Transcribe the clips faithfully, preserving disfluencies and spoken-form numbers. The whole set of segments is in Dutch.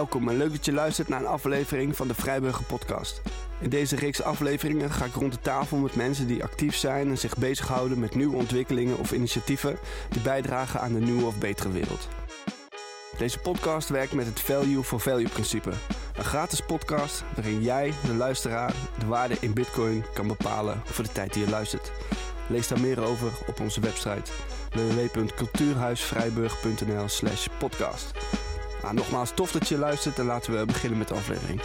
Welkom en leuk dat je luistert naar een aflevering van de Vrijburger podcast. In deze reeks afleveringen ga ik rond de tafel met mensen die actief zijn en zich bezighouden met nieuwe ontwikkelingen of initiatieven die bijdragen aan de nieuwe of betere wereld. Deze podcast werkt met het Value for Value principe. Een gratis podcast waarin jij, de luisteraar, de waarde in Bitcoin kan bepalen voor de tijd die je luistert. Lees daar meer over op onze website w w w punt cultuurhuisvrijburg punt n l slash podcast. Nou, nogmaals, tof dat je luistert en laten we beginnen met de aflevering.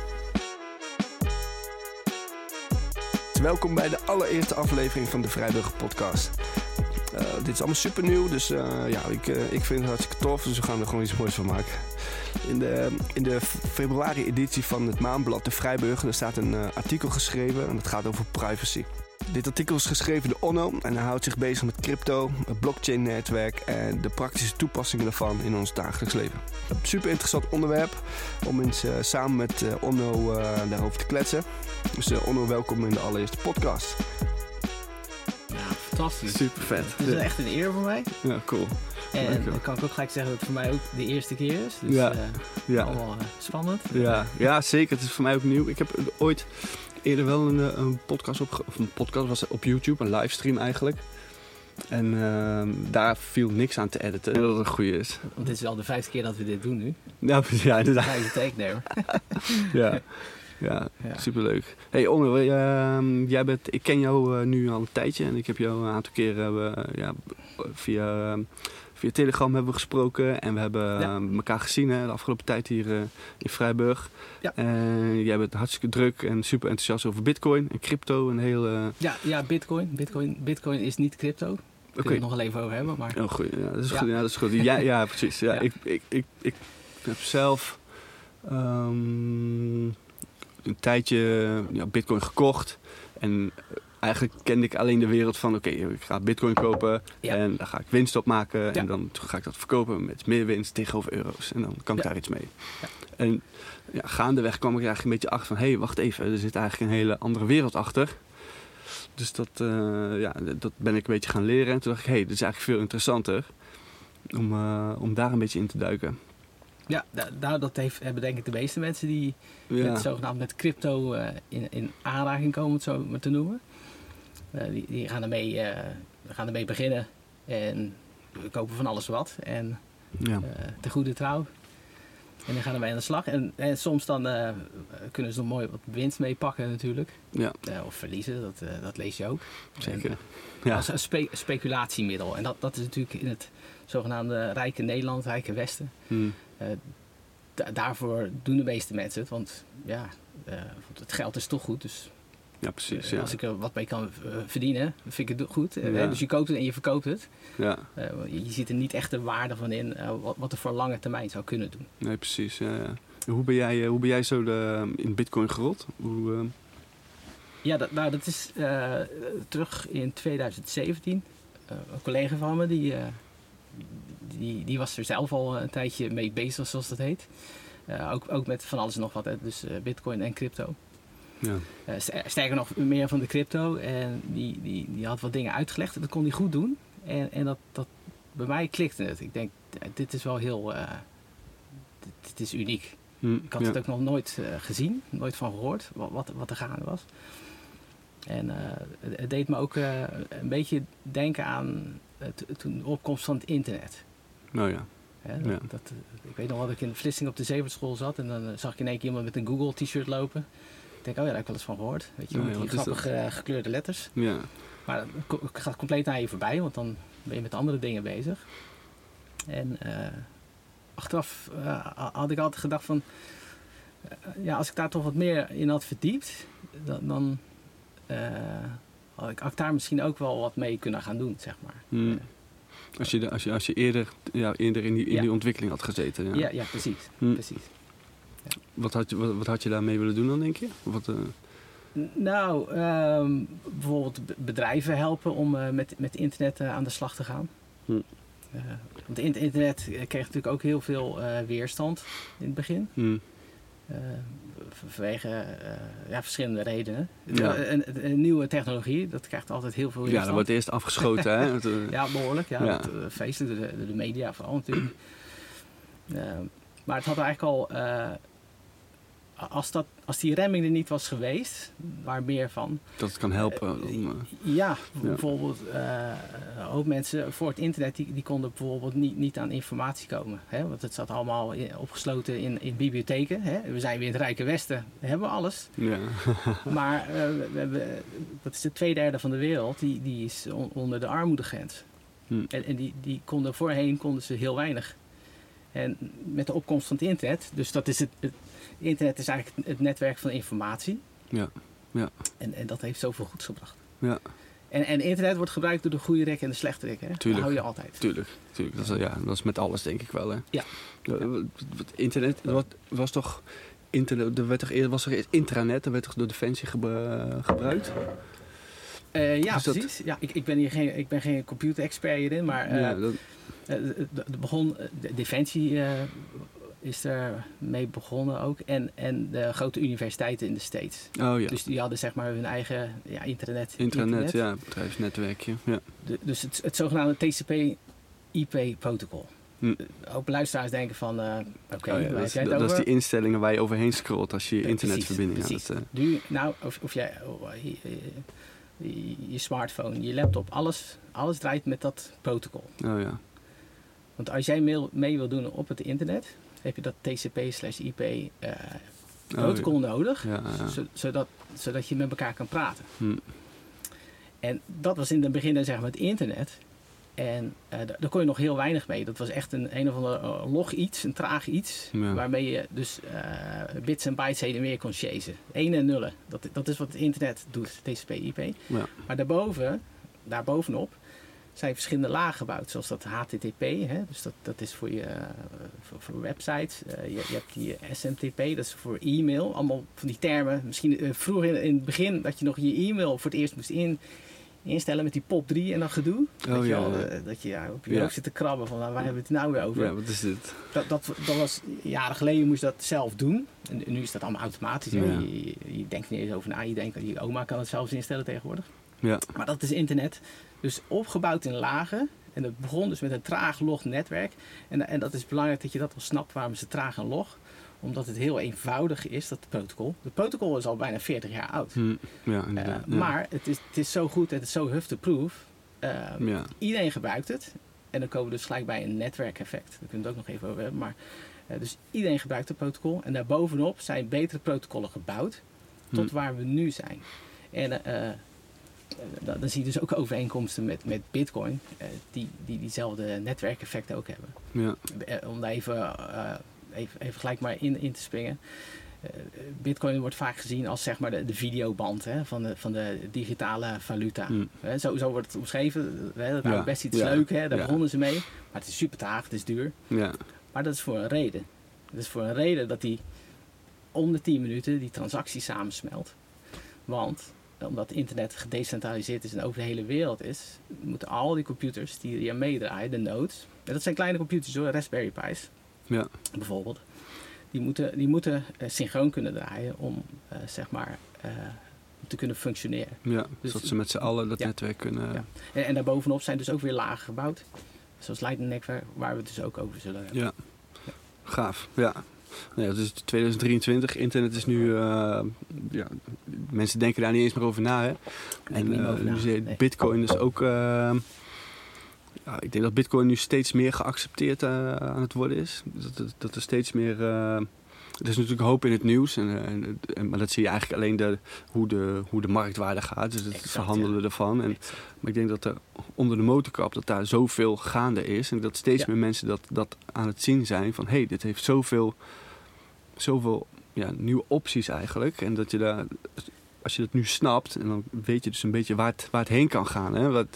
Welkom bij de allereerste aflevering van de Vrijburger podcast. Uh, dit is allemaal super nieuw, dus uh, ja, ik, uh, ik vind het hartstikke tof, dus we gaan er gewoon iets moois van maken. In de, in de februari-editie van het maandblad De Vrijburger er staat een uh, artikel geschreven en het gaat over privacy. Dit artikel is geschreven door Onno en hij houdt zich bezig met crypto, het blockchain-netwerk en de praktische toepassingen daarvan in ons dagelijks leven. Een super interessant onderwerp om eens uh, samen met uh, Onno uh, daarover te kletsen. Dus uh, Onno, welkom in de allereerste podcast. Ja, fantastisch. Super vet. Het is echt een eer voor mij. Ja, cool. En dan kan ik ook gelijk zeggen dat het voor mij ook de eerste keer is. Dus ja. Uh, ja. allemaal uh, spannend. Ja. ja, zeker. Het is voor mij ook nieuw. Ik heb ooit eerder wel een, een podcast op, of een podcast was op YouTube, een livestream eigenlijk. En uh, daar viel niks aan te editen. Dat het een goede is. Want dit is al de vijfde keer dat we dit doen nu. Ja, ja inderdaad. Ga je de take nemen. ja. Ja, ja, superleuk. Hey Onno, uh, jij bent, ik ken jou uh, nu al een tijdje en ik heb jou een aantal keren uh, ja, via, uh, via Telegram hebben we gesproken en we hebben ja. uh, elkaar gezien hè, de afgelopen tijd hier uh, in Vrijburg. Ja. En jij bent hartstikke druk en super enthousiast over Bitcoin en crypto en heel. Uh... Ja, ja, Bitcoin. Bitcoin. Bitcoin is niet crypto. Daar kunnen we het nog wel even over hebben. Maar... Oh, goed. Ja, dat is ja. goed. Ja, dat is goed. Ja, ja precies. Ja, ja. Ik, ik, ik, ik heb zelf. Um, een tijdje ja, Bitcoin gekocht en eigenlijk kende ik alleen de wereld van oké, okay, ik ga Bitcoin kopen ja. en daar ga ik winst op maken ja. en dan ga ik dat verkopen met meer winst tegenover euro's en dan kan ik ja. daar iets mee. Ja. En ja, gaandeweg kwam ik eigenlijk een beetje achter van hé, hey, wacht even, er zit eigenlijk een hele andere wereld achter. Dus dat, uh, ja, dat ben ik een beetje gaan leren en toen dacht ik hé, hey, dit is eigenlijk veel interessanter om, uh, om daar een beetje in te duiken. Ja, nou, dat heeft, hebben denk ik de meeste mensen die ja. met, zogenaamd met crypto uh, in, in aanraking komen, het zo maar te noemen. Uh, die, die gaan ermee, uh, gaan ermee beginnen en kopen van alles wat. En ja. uh, te goede trouw. En dan gaan ermee aan de slag. En, en soms dan uh, kunnen ze nog mooi wat winst mee pakken natuurlijk. Ja. Uh, of verliezen, dat, uh, dat lees je ook. Zeker. En, uh, ja. Als een spe- speculatiemiddel. En dat, dat is natuurlijk in het zogenaamde rijke Nederland, rijke Westen. Hmm. Uh, da- daarvoor doen de meeste mensen het, want ja, uh, het geld is toch goed, dus ja, precies, uh, ja. als ik er wat mee kan uh, verdienen, vind ik het goed. Uh, ja. Dus je koopt het en je verkoopt het. Ja. Uh, je, je ziet er niet echt de waarde van in, uh, wat, wat er voor lange termijn zou kunnen doen. Nee, precies. Ja, ja. Hoe ben jij, hoe ben jij zo de, in Bitcoin gerold? Hoe, uh... Ja, dat, nou, dat is uh, terug in tweeduizend zeventien. Uh, een collega van me die... Uh, Die, die was er zelf al een tijdje mee bezig, zoals dat heet. Uh, ook, ook met van alles en nog wat, hè. Dus uh, Bitcoin en crypto. Ja. Uh, sterker nog, meer van de crypto. En die, die, die had wat dingen uitgelegd. Dat kon hij goed doen. En, en dat, dat, bij mij klikte het. Ik denk, dit is wel heel... Uh, dit, dit is uniek. Mm, ik had ja. het ook nog nooit uh, gezien. Nooit van gehoord. Wat, wat, wat er gaande was. En uh, het, het deed me ook uh, een beetje denken aan... toen de opkomst van het internet. Nou ja. Ja, dat, ja. Dat, ik weet nog dat ik in Vlissingen op de Zeventschool zat en dan uh, zag ik in één keer iemand met een Google t-shirt lopen. Ik denk, oh ja, daar heb ik wel eens van gehoord. Weet je, ja, met ja, die grappige uh, gekleurde letters. Ja. Maar dat gaat compleet naar je voorbij, want dan ben je met andere dingen bezig. En uh, achteraf uh, had ik altijd gedacht van, uh, ja, als ik daar toch wat meer in had verdiept, dan, dan uh, had ik, had ik daar misschien ook wel wat mee kunnen gaan doen, zeg maar. Hmm. Uh, Als je, de, als je, als je eerder, ja, eerder in, die, in ja. die ontwikkeling had gezeten. Ja, ja, ja precies. Hm. precies. Ja. Wat, had je, wat, wat had je daarmee willen doen dan, denk je? Wat, uh... Nou, um, bijvoorbeeld bedrijven helpen om uh, met, met internet uh, aan de slag te gaan. Hm. Uh, want in, internet kreeg natuurlijk ook heel veel uh, weerstand in het begin. Hm. Uh, vanwege uh, ja, verschillende redenen. Ja. Een, een, een nieuwe technologie, dat krijgt altijd heel veel weerstand. Ja, dat wordt eerst afgeschoten, hè? Ja, behoorlijk. Ja, ja. Dat, uh, feestelijk, door de, de media vooral natuurlijk. Uh, Maar het had eigenlijk al... Uh, als, dat, als die remming er niet was geweest, waar meer van... Dat het kan helpen. Uh, om, uh, ja, ja, bijvoorbeeld uh, een hoop mensen voor het internet... die, die konden bijvoorbeeld niet, niet aan informatie komen. Hè? Want het zat allemaal in, opgesloten in, in bibliotheken. Hè? We zijn weer in het Rijke Westen, we hebben alles. Ja. Maar uh, we hebben, wat is de twee derde van de wereld, die, die is on, onder de armoedegrens. Hm. En, en die, die konden voorheen konden ze heel weinig. En met de opkomst van het internet, dus dat is het... het internet is eigenlijk het netwerk van informatie. Ja, ja. En, en dat heeft zoveel goeds gebracht. Ja. En, en internet wordt gebruikt door de goede rik en de slechte rik. Hè? Tuurlijk. Dat hou je altijd. Tuurlijk. Tuurlijk. Dat, is, ja, dat is met alles denk ik wel. Hè? Ja. ja. Internet wat, was toch... Internet, er werd toch eerder was er intranet, dat werd toch door Defensie gebru- gebruikt? Uh, ja, dus precies. Dat... Ja, ik, ik ben hier geen, ik ben geen computer-expert hierin, maar uh, ja, dat... uh, de, de begon, de Defensie uh, is er mee begonnen ook. En, en de grote universiteiten in de States. Oh, ja. Dus die hadden zeg maar hun eigen ja, internet. Intranet, internet. ja, bedrijfsnetwerkje. Ja. De, dus het, het zogenaamde T C P I P-protocol. Hm. Een hoop luisteraars denken van, uh, oké, okay, oh ja, waar dat, heb jij het dat over? is die instellingen waar je overheen scrolt als je je ja, internetverbinding precies, aan het... Uh... Doe, nou, of, of jij, oh, je, je, je smartphone, je laptop, alles, alles draait met dat protocol. Oh ja. Want als jij mee, mee wil doen op het internet, heb je dat T C P slash I P uh, protocol oh, ja. nodig, ja, ja. Z- zodat, zodat je met elkaar kan praten. Hm. En dat was in het begin zeg maar het internet. En uh, d- daar kon je nog heel weinig mee. Dat was echt een een of ander uh, log iets, een traag iets. Ja. Waarmee je dus uh, bits en bytes heen en weer kon chasen. Enen en nullen. Dat, dat is wat het internet doet, T C P I P. Ja. Maar daarboven, daarbovenop zijn verschillende lagen gebouwd. Zoals dat H T T P. Hè? Dus dat, dat is voor je uh, voor, voor websites. Uh, je, je hebt die S M T P, dat is voor e-mail. Allemaal van die termen. Misschien uh, vroeger in, in het begin dat je nog je e-mail voor het eerst moest in... instellen met die pop drie en dat gedoe. Oh, dat, je ja, al, ja. dat je ja, op je ja. hoofd zit te krabben van nou, waar hebben we het nou weer over? Ja, wat is dit? Dat, dat, dat was jaren geleden moest je dat zelf doen. En nu is dat allemaal automatisch. Ja. Je, je, je denkt niet eens over na. Je denkt, je oma kan het zelfs instellen tegenwoordig. Ja. Maar dat is internet. Dus opgebouwd in lagen. En dat begon dus met een traag log netwerk. En, en dat is belangrijk dat je dat wel snapt. Waarom is het traag en log? Omdat het heel eenvoudig is, dat protocol. Het protocol is al bijna veertig jaar oud. Hm, ja, inderdaad. Uh, ja. Maar het is, het is zo goed en het is zo hufte-proof. Uh, ja. Iedereen gebruikt het. En dan komen we dus gelijk bij een netwerkeffect. Daar kunnen we het ook nog even over hebben. Maar, uh, dus iedereen gebruikt het protocol. En daarbovenop zijn betere protocollen gebouwd. Tot hm. waar we nu zijn. En uh, uh, dan, dan zie je dus ook overeenkomsten met, met Bitcoin. Uh, die, die diezelfde netwerkeffecten ook hebben. Ja. Uh, om daar even... Uh, Even, even gelijk maar in, in te springen. Uh, Bitcoin wordt vaak gezien als zeg maar de, de videoband hè, van, de, van de digitale valuta. Mm. Uh, zo, zo wordt het omschreven. Uh, dat ja. best iets ja. leuk, hè, daar ja. begonnen ze mee. Maar het is super traag, het is duur. Ja. Maar dat is voor een reden. Dat is voor een reden dat die om de tien minuten die transactie samensmelt. Want omdat het internet gedecentraliseerd is en over de hele wereld is, moeten al die computers die hier meedraaien, de nodes. En dat zijn kleine computers hoor, Raspberry Pi's. Ja. Bijvoorbeeld. Die moeten, die moeten uh, synchroon kunnen draaien om uh, zeg maar uh, te kunnen functioneren. Ja, dus zodat ze met z'n allen dat ja. netwerk kunnen... Ja. En, en daarbovenop zijn dus ook weer lagen gebouwd. Zoals Lightning Netwerk, waar we het dus ook over zullen hebben. Ja, ja. Gaaf. Ja. Nou ja, dus tweeduizend drieëntwintig, internet is nu... Uh, ja, mensen denken daar niet eens meer over na, hè. En uh, nu nee. Bitcoin is ook... Uh, Ja, ik denk dat Bitcoin nu steeds meer geaccepteerd uh, aan het worden is. Dat, dat, dat er steeds meer... Uh, er is natuurlijk hoop in het nieuws. En, en, en, maar dat zie je eigenlijk alleen de, hoe, de, hoe de marktwaarde gaat. Dus het exact, verhandelen ja. ervan. En, maar ik denk dat er onder de motorkap dat daar zoveel gaande is. En dat steeds ja. meer mensen dat, dat aan het zien zijn. Van hé, hey, dit heeft zoveel, zoveel ja, nieuwe opties eigenlijk. En dat je daar... Als je dat nu snapt, en dan weet je dus een beetje waar het, waar het heen kan gaan. Hè? Wat,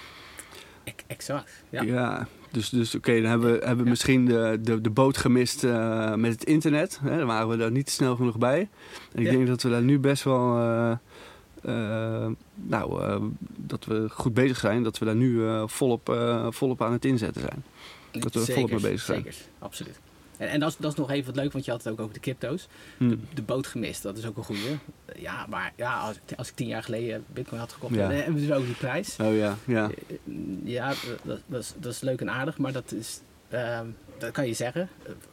Exact, ja. Ja, dus, dus oké, okay, dan hebben we, hebben we ja. misschien de, de, de boot gemist uh, met het internet. Hè? Dan waren we daar niet snel genoeg bij. En ik ja. denk dat we daar nu best wel... Uh, uh, nou, uh, dat we goed bezig zijn. Dat we daar nu uh, volop, uh, volop aan het inzetten zijn. Dat we er volop mee bezig zijn. Zeker, absoluut. En, en dat, is, dat is nog even wat leuk, want je had het ook over de crypto's. Hmm. De, de boot gemist, dat is ook een goeie. Ja, maar ja, als, als ik tien jaar geleden Bitcoin had gekocht, ja. dan hebben we dus ook die prijs. Oh ja, ja. Ja, dat, dat, is, dat is leuk en aardig, maar dat is, uh, dat kan je zeggen.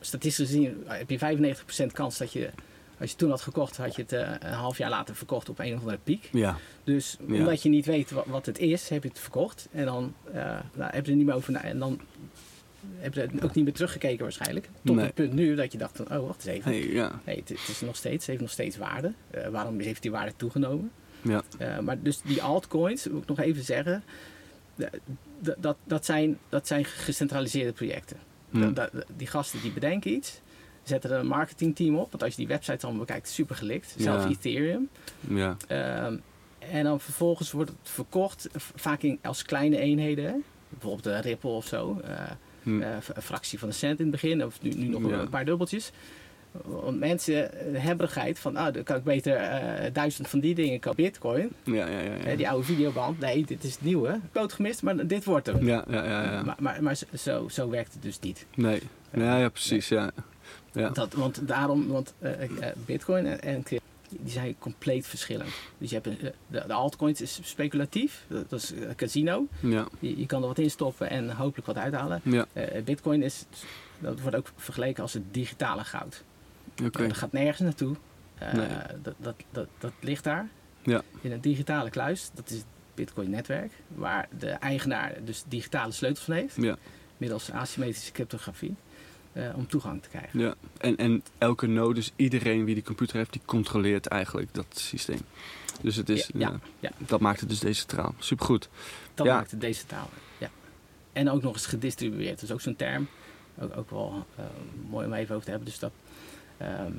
statistisch gezien heb je vijfennegentig procent kans dat je, als je toen had gekocht, had je het uh, een half jaar later verkocht op een of andere piek. Ja. Dus Ja. omdat je niet weet wat, wat het is, heb je het verkocht. En dan uh, nou, heb je er niet meer over na. En dan heb je er ook niet meer teruggekeken waarschijnlijk. Tot Nee. het punt nu dat je dacht van, oh wacht eens even. Hey, ja. Nee, het, het is nog steeds, het heeft nog steeds waarde. Uh, waarom heeft die waarde toegenomen? Ja. Uh, maar dus die altcoins, moet ik nog even zeggen, d- d- dat, dat, zijn, dat zijn gecentraliseerde projecten. Hm. Dat, dat, die gasten die bedenken iets, zetten er een marketingteam op. Want als je die websites allemaal bekijkt, super gelikt. Zelfs Ja. Ethereum. Ja. Um, en dan vervolgens wordt het verkocht, v- vaak in, als kleine eenheden. Hè? Bijvoorbeeld een Ripple of zo. Uh, Hm. uh, een fractie van een cent in het begin, of nu, nu nog Ja. een paar dubbeltjes. Want mensen, de hebberigheid van, ah, dan kan ik beter uh, duizend van die dingen kopen. Bitcoin, Ja, ja, ja. ja. hè, die oude videoband, nee, dit is het nieuwe. Poot gemist, maar dit wordt hem. Ja, ja, ja, ja. Maar, maar, maar zo, zo werkt het dus niet. Nee. Ja, ja, precies, ja. Ja. Dat, want daarom, want uh, uh, Bitcoin en, en crypto, die zijn compleet verschillend. Dus je hebt een, de, de altcoins is speculatief, dat, dat is uh, casino. Ja. Je, je kan er wat in stoppen en hopelijk wat uithalen. Ja. Uh, Bitcoin is, dat wordt ook vergeleken als het digitale goud. Oké. Okay. Dat gaat nergens naartoe. Uh, Nee. dat, dat, dat, dat ligt daar Ja. in een digitale kluis. Dat is het Bitcoin-netwerk, waar de eigenaar dus digitale sleutels van heeft, Ja. middels asymmetrische cryptografie, uh, om toegang te krijgen. Ja. En, en elke node, dus iedereen wie die computer heeft, die controleert eigenlijk dat systeem. Dus het is, Ja, ja, ja, ja. dat maakt het dus decentraal. Supergoed. Dat Ja. maakt het decentraal. Ja. En ook nog eens gedistribueerd. Dat is ook zo'n term. Ook, ook wel uh, mooi om even over te hebben. Dus dat, um,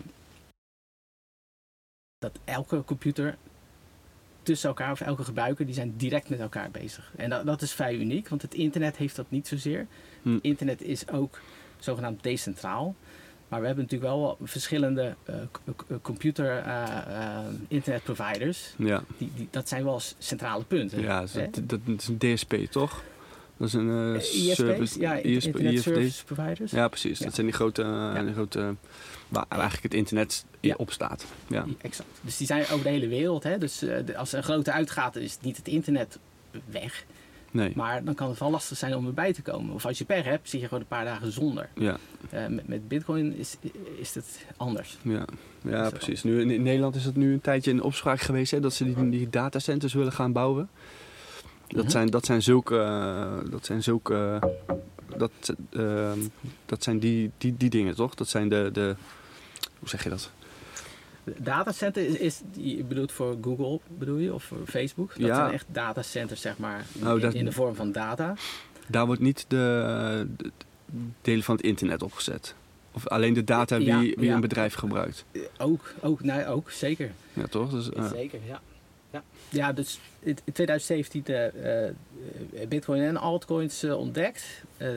dat elke computer tussen elkaar, of elke gebruiker, die zijn direct met elkaar bezig. En dat, dat is vrij uniek, want het internet heeft dat niet zozeer. Hm. Het internet is ook zogenaamd decentraal. Maar we hebben natuurlijk wel verschillende uh, c- computer uh, uh, internet providers. Ja. Die, die, dat zijn wel centrale punten. Ja, dat is, hè? een- dat is een D S P, toch? Dat is een uh, Uh, I S P's, service. ja, I S P, internet I F T. service providers. Ja, precies. Ja. Dat zijn die grote, uh, die grote waar eigenlijk het internet Ja. op staat. Ja. Ja, exact. Dus die zijn over de hele wereld. Hè? Dus uh, de, als er een grote uitgaat, dan is het niet het internet weg. Nee. Maar dan kan het wel lastig zijn om erbij te komen. Of als je pech hebt, zit je gewoon een paar dagen zonder. Ja. Uh, met, met Bitcoin is, is het anders. Ja, ja Zo. precies. Nu, in, in Nederland is het nu een tijdje in opspraak geweest, hè, dat ze die, die datacenters willen gaan bouwen. Dat Mhm. zijn, dat zijn zulke, uh, dat zijn zulke, uh, dat, uh, dat zijn die, die, die dingen, toch? Dat zijn de, de, hoe zeg je dat? De datacenter is, is je bedoelt voor Google, bedoel je? Of voor Facebook? Dat Ja. zijn echt datacenters, zeg maar, in, Oh, dat- in de vorm van data. Daar wordt niet de, de delen van het internet opgezet. Of alleen de data wie, Ja, wie ja. een bedrijf gebruikt. Uh, ook, ook, nee, ook, zeker. Ja, toch? Dus, uh, Zeker, ja. Ja, ja dus in tweeduizend zeventien uh, uh, Bitcoin en altcoins uh, ontdekt. Uh,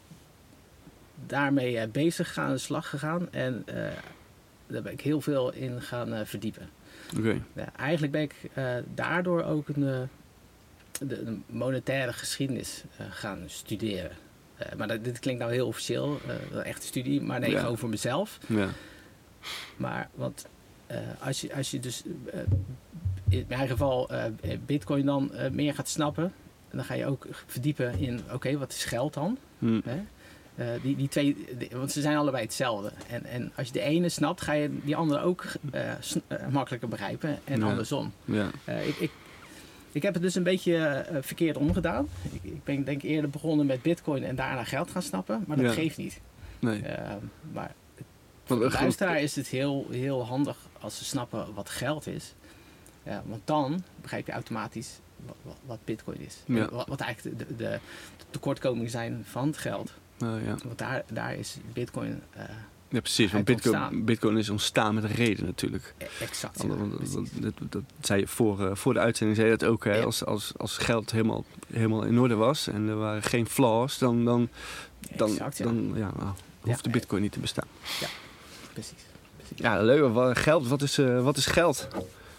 daarmee uh, bezig gaan, aan de slag gegaan. En uh, daar ben ik heel veel in gaan uh, verdiepen. Oké. Ja, eigenlijk ben ik uh, daardoor ook een, uh, de, de monetaire geschiedenis uh, gaan studeren. Uh, maar dat, dit klinkt nou heel officieel, uh, een echte studie, maar nee, Ja. gewoon voor mezelf. Ja. Maar want uh, als, je, als je dus uh, in mijn geval uh, Bitcoin dan uh, meer gaat snappen, dan ga je ook verdiepen in, oké, okay, wat is geld dan? Hm. Hè? Uh, die, die twee, die, want ze zijn allebei hetzelfde. En, en als je de ene snapt, ga je die andere ook uh, sn- uh, makkelijker begrijpen en Ja. andersom. Ja. Uh, ik, ik, ik heb het dus een beetje uh, verkeerd omgedaan. Ik, ik ben denk ik eerder begonnen met Bitcoin en daarna geld gaan snappen, maar dat Ja. geeft niet. Nee. Uh, maar Want, voor uh, de luisteraar is het heel, heel handig als ze snappen wat geld is. Ja, want dan begrijp je automatisch wat, wat bitcoin is. Ja. En wat, wat eigenlijk de, de, de tekortkomingen zijn van het geld. uh, ja. Want daar, daar is bitcoin uh, Ja, precies. Want uit Bitcoin, ontstaan. Bitcoin is ontstaan met een reden natuurlijk. exact. Ja, Ja, want, precies. dat, dat, dat zei je voor, uh, voor de uitzending, zei je dat ook. Hè? Ja. Als, als, als geld helemaal, helemaal in orde was en er waren geen flaws, dan, dan, dan, Exact, ja. dan ja, nou, hoeft de Ja. Bitcoin niet te bestaan. Precies. precies. Ja, leuk. Wat, geld, wat is, uh, wat is geld?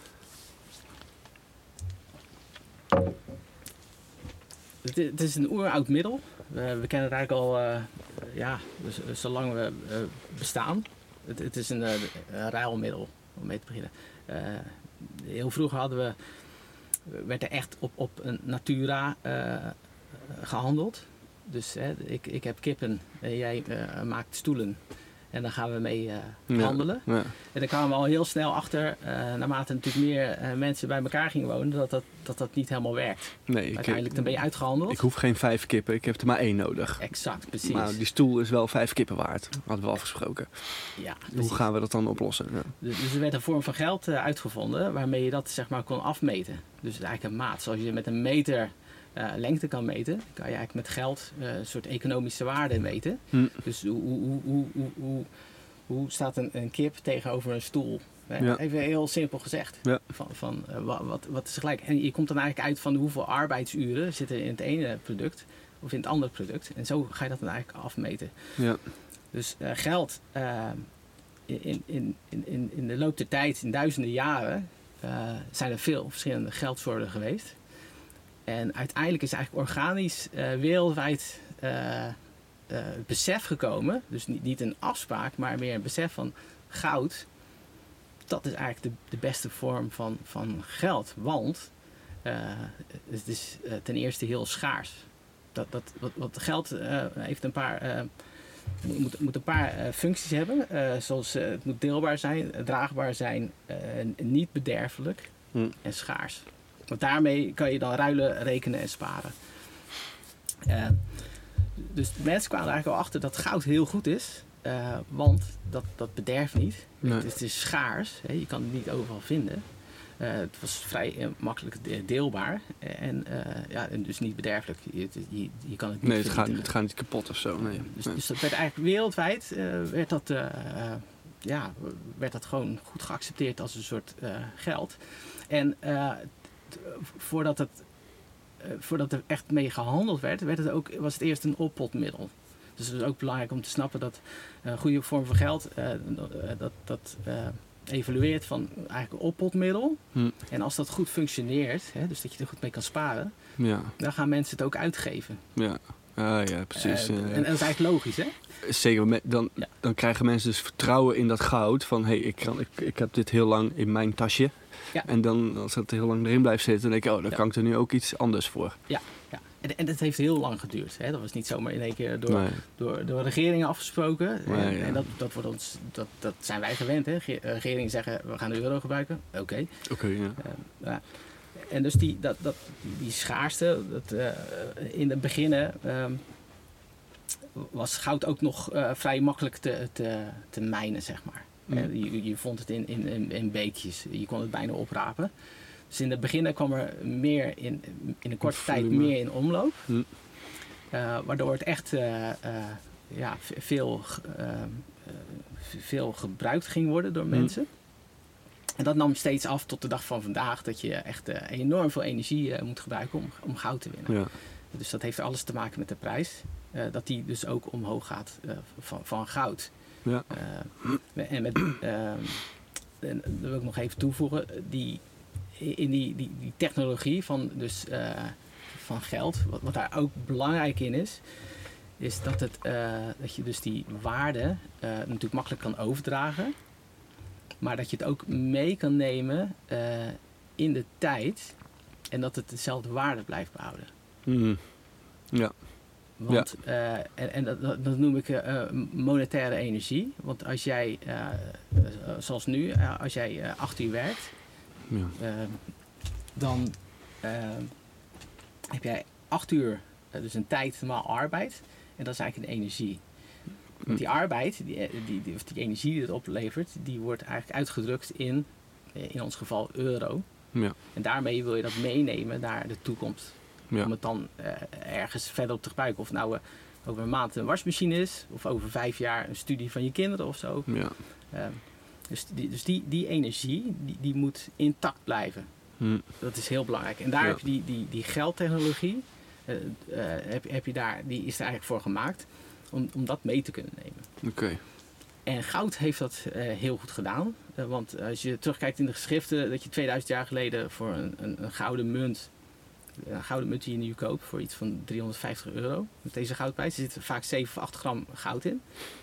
Het, is, het is een oeroud middel. Uh, we kennen het eigenlijk al, uh, ja, dus, uh, zolang we uh, bestaan. Het, het is een, uh, een ruilmiddel, om mee te beginnen. Uh, heel vroeger hadden we, werd er echt op, op een natura uh, gehandeld. Dus hè, ik, ik heb kippen en jij uh, maakt stoelen. En daar gaan we mee uh, ja, handelen. Ja. En daar kwamen we al heel snel achter, uh, naarmate natuurlijk meer uh, mensen bij elkaar gingen wonen, dat dat, dat, dat niet helemaal werkt. Nee, ik, Uiteindelijk dan ben je uitgehandeld. Ik hoef geen vijf kippen, ik heb er maar één nodig. Exact, precies. Maar die stoel is wel vijf kippen waard, hadden we afgesproken. Ja, hoe gaan we dat dan oplossen? Ja. Dus er werd een vorm van geld uh, uitgevonden waarmee je dat zeg maar kon afmeten. Dus eigenlijk een maat. Zoals je met een meter uh, lengte kan meten, kan je eigenlijk met geld uh, een soort economische waarde meten. Hm. Dus hoe, hoe, hoe, hoe, hoe, hoe staat een, een kip tegenover een stoel? Ja. Even heel simpel gezegd. Ja. Van, van, uh, wat, wat is gelijk? En je komt dan eigenlijk uit van hoeveel arbeidsuren zitten in het ene product of in het andere product. En zo ga je dat dan eigenlijk afmeten. Ja. Dus uh, geld uh, in, in, in, in de loop der tijd, in duizenden jaren, uh, zijn er veel verschillende geldsoorten geweest. En uiteindelijk is eigenlijk organisch uh, wereldwijd uh, uh, het besef gekomen. Dus niet, niet een afspraak, maar meer een besef van goud. Dat is eigenlijk de, de beste vorm van, van geld. Want uh, het is uh, ten eerste heel schaars. Dat, dat, wat, wat geld uh, heeft een paar, uh, moet, moet een paar uh, functies hebben. Uh, zoals uh, het moet deelbaar zijn, draagbaar zijn, uh, niet bederfelijk mm. en schaars. Want daarmee kan je dan ruilen, rekenen en sparen. Uh, dus de mensen kwamen er eigenlijk al achter dat goud heel goed is. Uh, want dat, dat bederft niet. Nee. Het, het is schaars. Hè? Je kan het niet overal vinden. Uh, het was vrij uh, makkelijk deelbaar. En, uh, ja, en dus niet bederfelijk. Je, je, je kan het niet Nee, het gaat, het gaat niet kapot of zo. Nee. Dus, nee. dus dat werd eigenlijk wereldwijd uh, werd, dat, uh, ja, werd dat gewoon goed geaccepteerd als een soort uh, geld. En uh, t- voordat, het, uh, voordat er echt mee gehandeld werd, werd het ook, was het eerst een oppotmiddel. Dus het is ook belangrijk om te snappen dat een goede vorm van geld uh, dat, dat uh, evolueert van eigenlijk een oppotmiddel. Hm. En als dat goed functioneert, hè, dus dat je er goed mee kan sparen, ja. dan gaan mensen het ook uitgeven. Ja, ah, ja precies. Uh, uh, en, en dat is eigenlijk logisch, hè? Zeker, dan, ja. dan krijgen mensen dus vertrouwen in dat goud. Van, hé, hey, ik, kan, ik, ik heb dit heel lang in mijn tasje. Ja. En dan, als het heel lang erin blijft zitten, dan denk ik, oh, dan ja. kan ik er nu ook iets anders voor. Ja, ja. En, en dat heeft heel lang geduurd. Hè? Dat was niet zomaar in één keer door, nee. door, door regeringen afgesproken. Nee, en, ja. en dat, dat, wordt ons, dat, dat zijn wij gewend. Hè? Ge- regeringen zeggen, we gaan de euro gebruiken. Oké. Okay. Okay, ja. Uh, ja. En dus die, dat, dat, die schaarste, dat, uh, in het begin uh, was goud ook nog uh, vrij makkelijk te, te, te mijnen, zeg maar. Mm. Uh, je, je vond het in, in, in, in beekjes. Je kon het bijna oprapen. Dus in het begin kwam er meer in, in een korte tijd meer in omloop. Hm. Uh, waardoor het echt uh, uh, ja, veel, uh, uh, veel gebruikt ging worden door hm. mensen. En dat nam steeds af tot de dag van vandaag. Dat je echt uh, enorm veel energie uh, moet gebruiken om, om goud te winnen. Ja. Dus dat heeft alles te maken met de prijs. Uh, dat die dus ook omhoog gaat uh, van, van goud. Ja. Uh, en met, uh, en dat wil ik nog even toevoegen. Die... In die, die, die technologie van, dus, uh, van geld, wat, wat daar ook belangrijk in is, is dat, het, uh, dat je dus die waarde uh, natuurlijk makkelijk kan overdragen, maar dat je het ook mee kan nemen uh, in de tijd en dat het dezelfde waarde blijft behouden. Mm. Ja. Want, ja. uh, en, en dat, dat noem ik uh, monetaire energie. Want als jij, uh, uh, zoals nu, uh, als jij uh, acht uur werkt, ja. Uh, dan uh, heb jij acht uur, uh, dus een tijd normaal arbeid. En dat is eigenlijk een energie. Want die arbeid, die, die, die, of die energie die het oplevert, die wordt eigenlijk uitgedrukt in, in ons geval, euro. Ja. En daarmee wil je dat meenemen naar de toekomst. Ja. Om het dan uh, ergens verder op te gebruiken. Of het nou uh, over een maand een wasmachine is, of over vijf jaar een studie van je kinderen of zo. Ja. Uh, Dus, die, dus die, die energie, die, die moet intact blijven. Hmm. Dat is heel belangrijk. En daar ja. heb je die, die, die geldtechnologie, uh, uh, heb, heb je daar, die is er eigenlijk voor gemaakt om, om dat mee te kunnen nemen. Okay. En goud heeft dat uh, heel goed gedaan. Uh, want als je terugkijkt in de geschriften, dat je tweeduizend jaar geleden voor een, een, een gouden munt, een gouden munt die je nu koopt voor iets van driehonderdvijftig euro. Met deze goudprijs, er zit vaak zeven of acht gram goud in.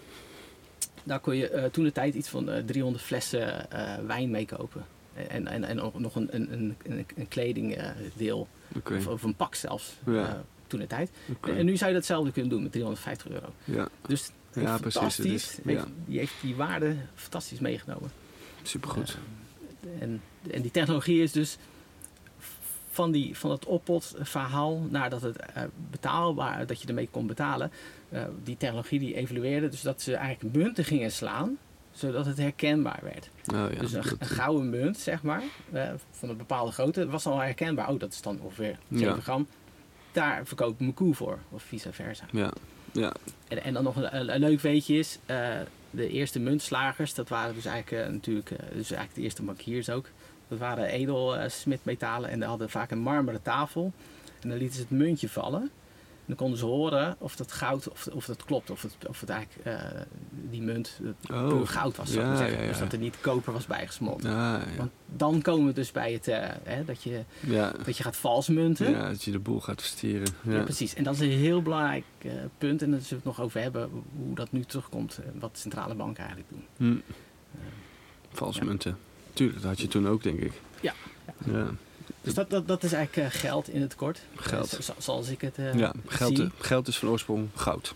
Daar kon je uh, toen de tijd iets van uh, driehonderd flessen uh, wijn mee kopen. En, en, en nog een, een, een, een kledingdeel. Uh, okay. of, of een pak zelfs. Ja. Uh, toen de tijd. Okay. En nu zou je datzelfde kunnen doen met driehonderdvijftig euro. Ja. Dus Ja, heeft precies. fantastisch. Dus, heeft, ja. Die heeft die waarde fantastisch meegenomen. Supergoed. Uh, en, en die technologie is dus van, die, van het oppotverhaal naar dat het uh, betaalbaar, dat je ermee kon betalen. Uh, die technologie die evolueerde, dus dat ze eigenlijk munten gingen slaan, zodat het herkenbaar werd. Oh, ja, dus een, dat, een gouden munt, zeg maar, uh, van een bepaalde grootte, was al herkenbaar. Oh, dat is dan ongeveer zeven ja. gram. Daar verkoop ik mijn koe voor, of vice versa. Ja. Ja. En, en dan nog een, een, een leuk weetje is, uh, de eerste muntslagers, dat waren dus eigenlijk uh, natuurlijk, uh, dus eigenlijk de eerste bankiers ook. Dat waren edelsmitmetalen en die hadden vaak een marmeren tafel. En dan lieten ze het muntje vallen. En dan konden ze horen of dat goud, of, of dat klopt, of het, of het eigenlijk uh, die munt oh. puur goud was. Zou ik ja, zeggen. ja, ja. Dus dat er niet koper was bijgesmolten. Ja, ja. Want dan komen we dus bij het, uh, hè, dat, je, ja. dat je gaat vals munten. Ja, dat je de boel gaat verstieren. Ja, ja precies. En dat is een heel belangrijk uh, punt. En daar zullen we het nog over hebben, hoe dat nu terugkomt. Uh, wat centrale banken eigenlijk doen. Hm. Uh, Vals ja. munten. Tuurlijk, dat had je toen ook, denk ik. Ja. ja. ja. Dus dat, dat, dat is eigenlijk uh, geld in het kort. Geld. Uh, zoals ik het uh, ja, geld, zie. geld is van oorsprong goud.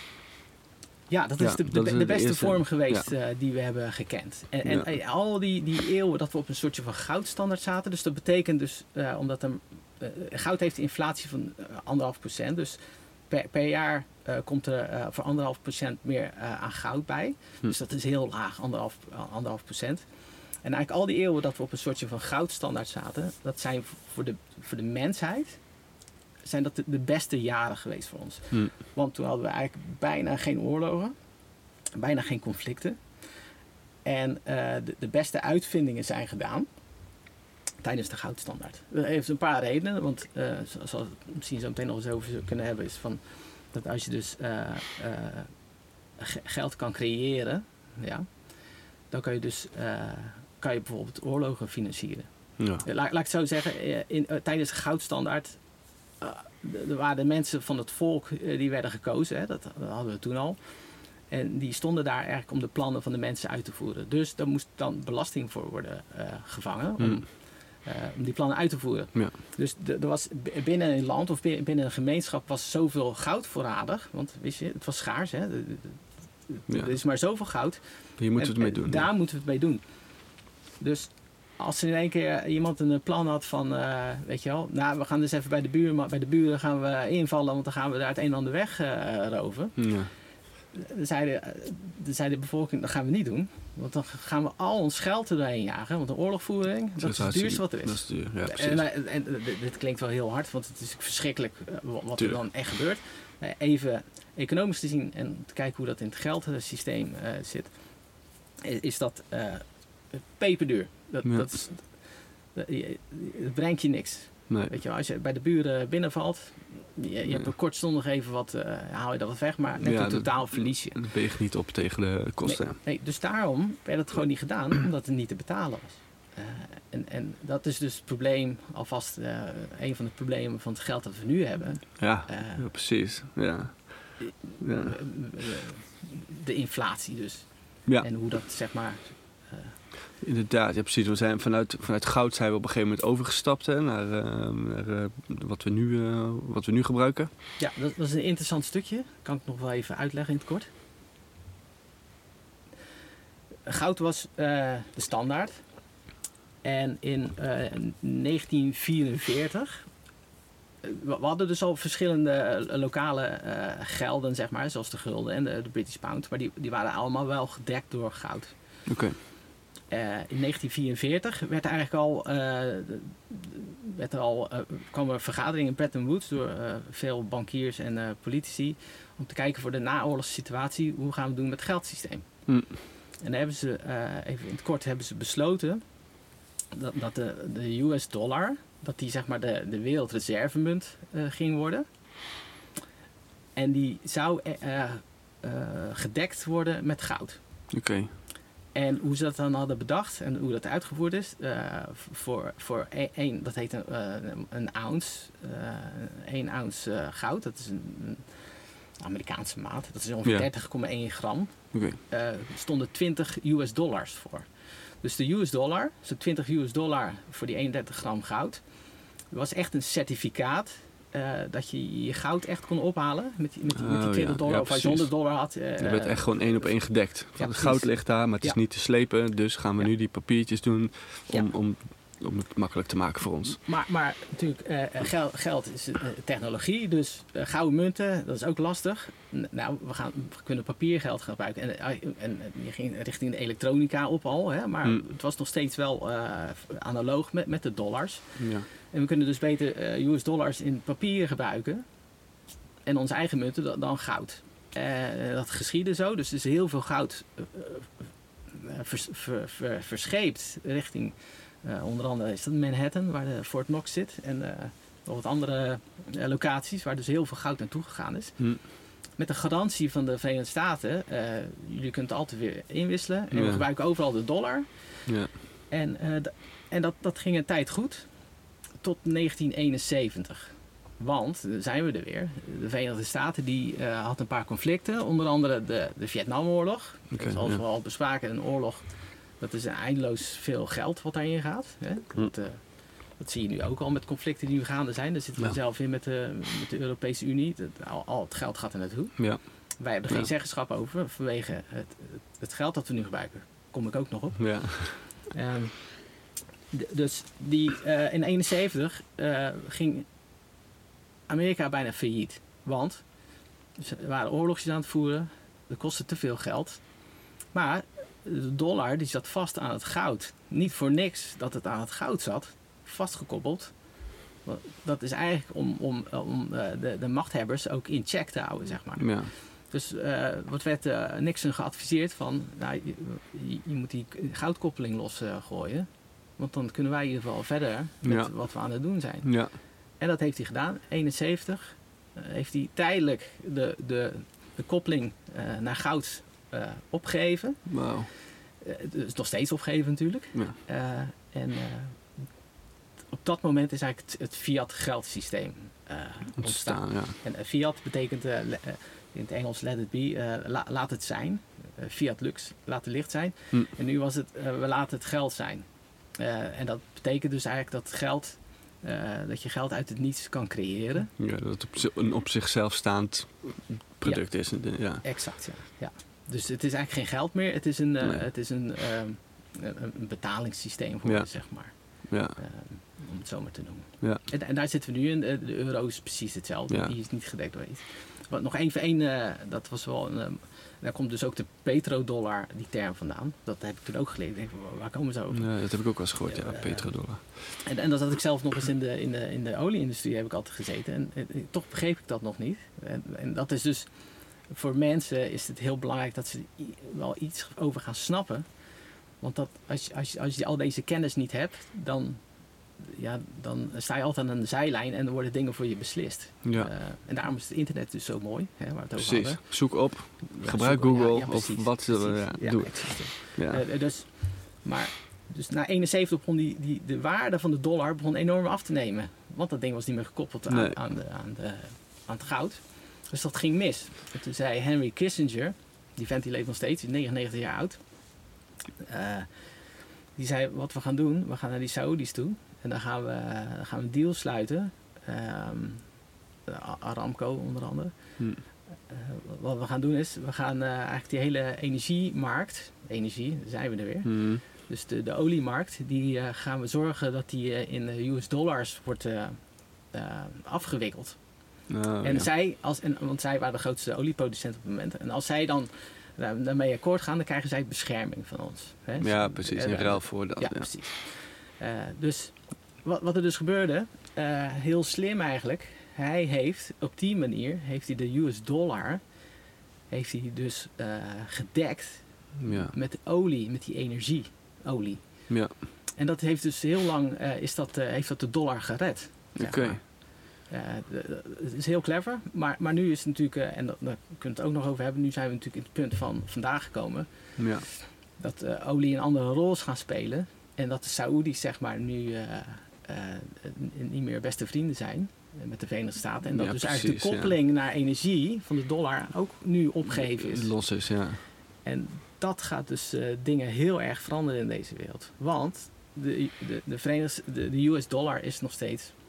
Ja, dat ja, is de, de, dat is de de beste eerste, vorm geweest ja. uh, die we hebben gekend. En, en ja. al die, die eeuwen dat we op een soortje van goudstandaard zaten. Dus dat betekent dus, uh, omdat er, uh, goud heeft een inflatie van uh, anderhalf procent. Dus per, per jaar uh, komt er uh, voor anderhalf procent meer uh, aan goud bij. Hm. Dus dat is heel laag, anderhalf, anderhalf procent. En eigenlijk al die eeuwen dat we op een soortje van goudstandaard zaten, dat zijn voor de, voor de mensheid, zijn dat de, de beste jaren geweest voor ons. Hm. Want toen hadden we eigenlijk bijna geen oorlogen, bijna geen conflicten. En uh, de, de beste uitvindingen zijn gedaan tijdens de goudstandaard. Dat heeft een paar redenen, want uh, zoals we het misschien zo meteen nog eens over kunnen hebben, is van dat als je dus uh, uh, g- geld kan creëren, ja, dan kan je dus uh, kan je bijvoorbeeld oorlogen financieren. Ja. Laat, laat ik het zo zeggen, in, uh, tijdens de goudstandaard uh, er waren de mensen van het volk uh, die werden gekozen, hè, dat, dat hadden we toen al. En die stonden daar eigenlijk om de plannen van de mensen uit te voeren. Dus daar moest dan belasting voor worden uh, gevangen om, Hmm. uh, om die plannen uit te voeren. Ja. Dus de, er was binnen een land of binnen een gemeenschap was zoveel goud voorradig. Want wist je, het was schaars. Hè? De, de, de, Ja. Er is maar zoveel goud. Hier moeten we En- het mee doen. Daar ja. moeten we het mee doen. Dus als er in één keer iemand een plan had van, uh, weet je wel, nou we gaan dus even bij de buren, bij de buren gaan we invallen, want dan gaan we daar het een en ander wegroven. Uh, Ja. dan zei, de, dan zei de bevolking, dat gaan we niet doen. Want dan gaan we al ons geld er doorheen jagen. Want een oorlogvoering, dat is het duurste wat er Dat is. is duur, ja, precies. En, en, en dit klinkt wel heel hard, want het is verschrikkelijk uh, wat er Tuurlijk. dan echt gebeurt. Uh, even economisch te zien en te kijken hoe dat in het geldsysteem uh, zit, is, is dat uh, peperduur. Dat, Ja. dat, is, dat, het brengt je niks. Nee. Weet je wel, als je bij de buren binnenvalt, je, je hebt Ja. een kortstondig even wat, uh, haal je dat wat weg, maar net Ja, in dat- totaal verlies je. Dat weegt niet op tegen de kosten. Nee, nee, dus daarom werd het gewoon niet gedaan, omdat het niet te betalen was. Uh, en, en dat is dus het probleem, alvast uh, een van de problemen van het geld dat we nu hebben. Ja, Uh, ja, precies. Ja. Ja. De inflatie dus. Ja. En hoe dat zeg maar... Uh, Inderdaad, ja precies. We zijn vanuit, vanuit goud zijn we op een gegeven moment overgestapt hè, naar, uh, naar uh, wat, we nu, uh, wat we nu gebruiken. ja, dat, dat is een interessant stukje. Kan ik nog wel even uitleggen in het kort. Goud was uh, de standaard. En in uh, negentien vierenveertig... We hadden dus al verschillende uh, lokale uh, gelden, zeg maar, zoals de gulden en de, de British pound. Maar die, die waren allemaal wel gedekt door goud. Oké. Okay. Uh, in negentien vierenveertig werd er eigenlijk al, uh, werd er al uh, kwam er vergadering in Bretton Woods door uh, veel bankiers en uh, politici om te kijken voor de naoorlogse situatie, hoe gaan we doen met het geldsysteem. Hm. En daar hebben ze, uh, even in het kort, hebben ze besloten dat, dat de, de U S dollar, dat die zeg maar de, de wereldreservemunt uh, ging worden. En die zou uh, uh, gedekt worden met goud. Oké. Okay. En hoe ze dat dan hadden bedacht en hoe dat uitgevoerd is, uh, voor, voor één, dat heet een, uh, een ounce, uh, één ounce uh, goud, dat is een, een Amerikaanse maat, dat is ongeveer ja. dertig komma één gram, okay. uh, stonden twintig U S dollars voor. Dus de U S dollar, zo twintig U S dollar voor die eenendertig gram goud, was echt een certificaat uh, dat je je goud echt kon ophalen met die, met die, met die oh, twintig ja. dollar. Ja, of als je precies. honderd dollar had. Uh, er werd echt gewoon één op één gedekt. Van Ja, het goud ligt daar, maar het is ja. niet te slepen. Dus gaan we Ja. nu die papiertjes doen om, Ja. om, om het makkelijk te maken voor ons. Maar, maar natuurlijk, uh, geld, geld is uh, technologie, dus uh, gouden munten, dat is ook lastig. N- nou, we, gaan, we kunnen papiergeld gebruiken. En, uh, en, en je ging richting de elektronica op al, hè, maar Hmm. het was nog steeds wel uh, analoog met, met de dollars. Ja. En we kunnen dus beter uh, U S dollars in papier gebruiken en onze eigen munten dan, dan goud. Uh, dat geschiedde zo, dus er is heel veel goud uh, uh, vers, ver, ver, verscheept richting... Uh, onder andere is dat Manhattan, waar de Fort Knox zit. En uh, nog wat andere uh, locaties waar dus heel veel goud naartoe gegaan is. Hm. Met de garantie van de Verenigde Staten, uh, jullie kunnen het altijd weer inwisselen. En Ja. we gebruiken overal de dollar. Ja. En, uh, d- en dat, dat ging een tijd goed, tot negentien eenenzeventig. Want, daar zijn we er weer, de Verenigde Staten die uh, had een paar conflicten. Onder andere de, de Vietnamoorlog. Okay, Zoals ja. we al bespraken, een oorlog. Dat is eindeloos veel geld wat daarin gaat. Hè? Hm. Dat, uh, dat zie je nu ook al met conflicten die nu gaande zijn. Daar zitten we Ja. zelf in met de, met de Europese Unie. Dat, al, al het geld gaat er naartoe. Ja. Wij hebben er geen Ja. zeggenschap over vanwege het, het, het geld dat we nu gebruiken. Daar kom ik ook nog op. Ja. Um, d- dus die, uh, in eenenzeventig uh, ging Amerika bijna failliet. Want ze waren oorlogjes aan het voeren. Dat kostte te veel geld. Maar de dollar die zat vast aan het goud. Niet voor niks dat het aan het goud zat. Vastgekoppeld. Dat is eigenlijk om, om, om uh, de, de machthebbers ook in check te houden, zeg maar. Ja. Dus uh, wat werd uh, Nixon geadviseerd van... Nou, je, je, je moet die goudkoppeling losgooien. Uh, want dan kunnen wij in ieder geval verder met Ja. wat we aan het doen zijn. Ja. En dat heeft hij gedaan. eenenzeventig uh, heeft hij tijdelijk de, de, de koppeling uh, naar goud uh, opgegeven. Wauw. Uh, dus nog steeds opgegeven natuurlijk. Ja. Uh, en uh, op dat moment is eigenlijk het, het fiat geldsysteem uh, ontstaan. Ontstaan, ja. En uh, fiat betekent uh, le, uh, in het Engels let it be, uh, la, laat het zijn. Uh, fiat lux, laat het licht zijn. Hm. En nu was het, uh, we laten het geld zijn. Uh, en dat betekent dus eigenlijk dat geld, uh, dat je geld uit het niets kan creëren. Ja, dat het op, zi- een op zichzelf staand product is. Ja. Exact, ja. ja. Dus het is eigenlijk geen geld meer. Het is een, uh, Nee. het is een, uh, een, een betalingssysteem voor Ja. je, zeg maar. Ja. Uh, om het zo maar te noemen. Ja. En, en daar zitten we nu in. De, de euro is precies hetzelfde. Ja. Die is niet gedekt door iets. Wat nog even één, uh, dat was wel een... Um, daar komt dus ook de petrodollar, die term vandaan. Dat heb ik toen ook geleerd. Ik denk, waar komen ze over? Ja, dat heb ik ook wel eens gehoord, ja, Ja, uh, petrodollar. En, en dat had ik zelf nog eens in de, in de, in de olieindustrie heb ik altijd gezeten. En, en, en toch begreep ik dat nog niet. En, en dat is dus... Voor mensen is het heel belangrijk dat ze i- wel iets over gaan snappen. Want dat, als, je, als, je, als je al deze kennis niet hebt, dan, ja, dan sta je altijd aan de zijlijn en dan worden dingen voor je beslist. Ja. Uh, en daarom is het internet dus zo mooi, hè, waar we het over Precies. hadden. Zoek op, Ja, gebruik zoek- Google ja, ja, of precies, wat ze precies. ja, Ja, doe. exact. Ja. Uh, dus, maar dus na eenenzeventig begon die, die, de waarde van de dollar begon enorm af te nemen. Want dat ding was niet meer gekoppeld aan, Nee. aan, de, aan, de, aan het goud. Dus dat ging mis. En toen zei Henry Kissinger, die vent die leeft nog steeds, die is negenennegentig jaar oud. Uh, die zei, wat we gaan doen, we gaan naar die Saoedi's toe. En dan gaan we, dan gaan we een deal sluiten. Um, Aramco onder andere. Hm. Uh, wat we gaan doen is, we gaan uh, eigenlijk die hele energiemarkt, energie, daar zijn we er weer. Hm. Dus de, de oliemarkt, die uh, gaan we zorgen dat die uh, in uh, U S dollars wordt uh, uh, afgewikkeld. Oh, en ja. zij, als, en, want zij waren de grootste olieproducent op het moment. En als zij dan uh, daarmee akkoord gaan, dan krijgen zij bescherming van ons. Hè? Ja, precies. In Uh, ruil voor dat. Ja, Ja. precies. Uh, dus wat, wat er dus gebeurde, uh, heel slim eigenlijk. Hij heeft, op die manier, heeft hij de U S dollar, heeft hij dus uh, gedekt Ja. met olie, met die energie, olie. Ja. En dat heeft dus heel lang, uh, is dat, uh, heeft dat de dollar gered. zeg Oké. maar. Uh, de- de- het is heel clever, maar, maar nu is het natuurlijk, uh, en dat, daar kunnen we het ook nog over hebben, nu zijn we natuurlijk in het punt van vandaag gekomen, Ja. dat uh, olie een andere rol is gaan spelen. En dat de Saoedi's zeg maar nu uh, uh, niet meer beste vrienden zijn met de Verenigde Staten. En dat Ja, dus eigenlijk de precies, koppeling naar energie van de dollar ook nu opgeheven is. Los is, ja. En dat gaat dus uh, dingen heel erg veranderen in deze wereld. Want de, de, de, Verenigde, de, de U S dollar is nog steeds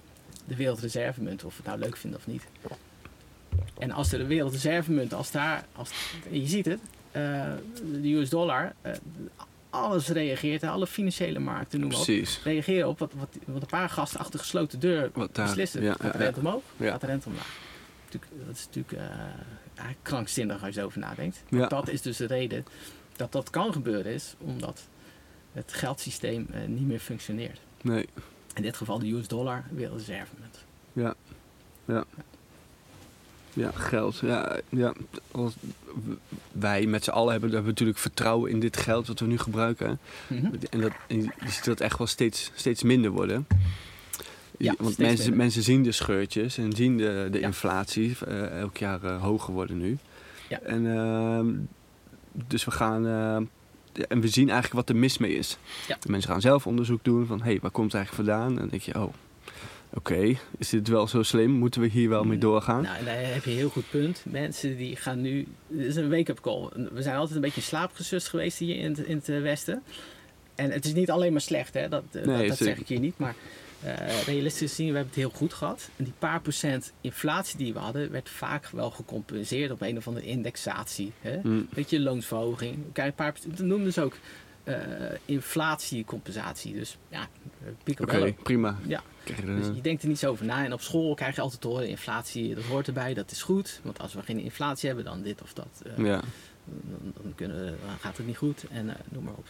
de wereldreservemunt, of we het nou leuk vinden of niet. En als de wereldreservemunt, als daar, als, je ziet het, uh, de U S dollar, uh, alles reageert, alle financiële markten, noem maar op, reageren op wat, wat, wat een paar gasten achter gesloten deur wat daar, beslissen. Ja, gaat de rente ja, omhoog, ja. gaat de rente omlaag. Dat is natuurlijk uh, eigenlijk krankzinnig als je erover nadenkt. Ja. Dat is dus de reden dat dat kan gebeuren, is omdat het geldsysteem uh, niet meer functioneert. Nee. In dit geval de U S dollar, wereldreservemunt. Ja, ja. Ja, geld. Ja, ja. Als wij met z'n allen hebben, hebben natuurlijk vertrouwen in dit geld wat we nu gebruiken. Mm-hmm. En, dat, en je ziet dat echt wel steeds, steeds minder worden. Ja, want mensen, mensen zien de scheurtjes en zien de, de ja. inflatie uh, elk jaar uh, hoger worden nu. Ja. En, uh, dus we gaan... Uh, en we zien eigenlijk wat er mis mee is. Ja. De mensen gaan zelf onderzoek doen van... hé, hey, waar komt het eigenlijk vandaan? En dan denk je, oh... Oké, okay, is dit wel zo slim? Moeten we hier wel mee doorgaan? Nou, daar heb je een heel goed punt. Mensen die gaan nu... Dit is een wake-up call. We zijn altijd een beetje slaapgesust geweest hier in het, in het Westen. En het is niet alleen maar slecht, hè? Dat, nee, dat, dat zeg ik hier niet. Maar uh, realistisch gezien, we hebben het heel goed gehad. En die paar procent inflatie die we hadden... werd vaak wel gecompenseerd op een of andere indexatie. Hè? Mm. Beetje loonsverhoging. Kijk, een paar procent, dat noemden ze ook uh, inflatiecompensatie. Dus ja, picobello. Oké, okay, prima. Ja. Dus je denkt er niet zo over na. En op school krijg je altijd te horen, inflatie, dat hoort erbij, dat is goed. Want als we geen inflatie hebben, dan dit of dat. Uh, ja. dan, dan, kunnen we, dan gaat het niet goed en uh, noem maar op.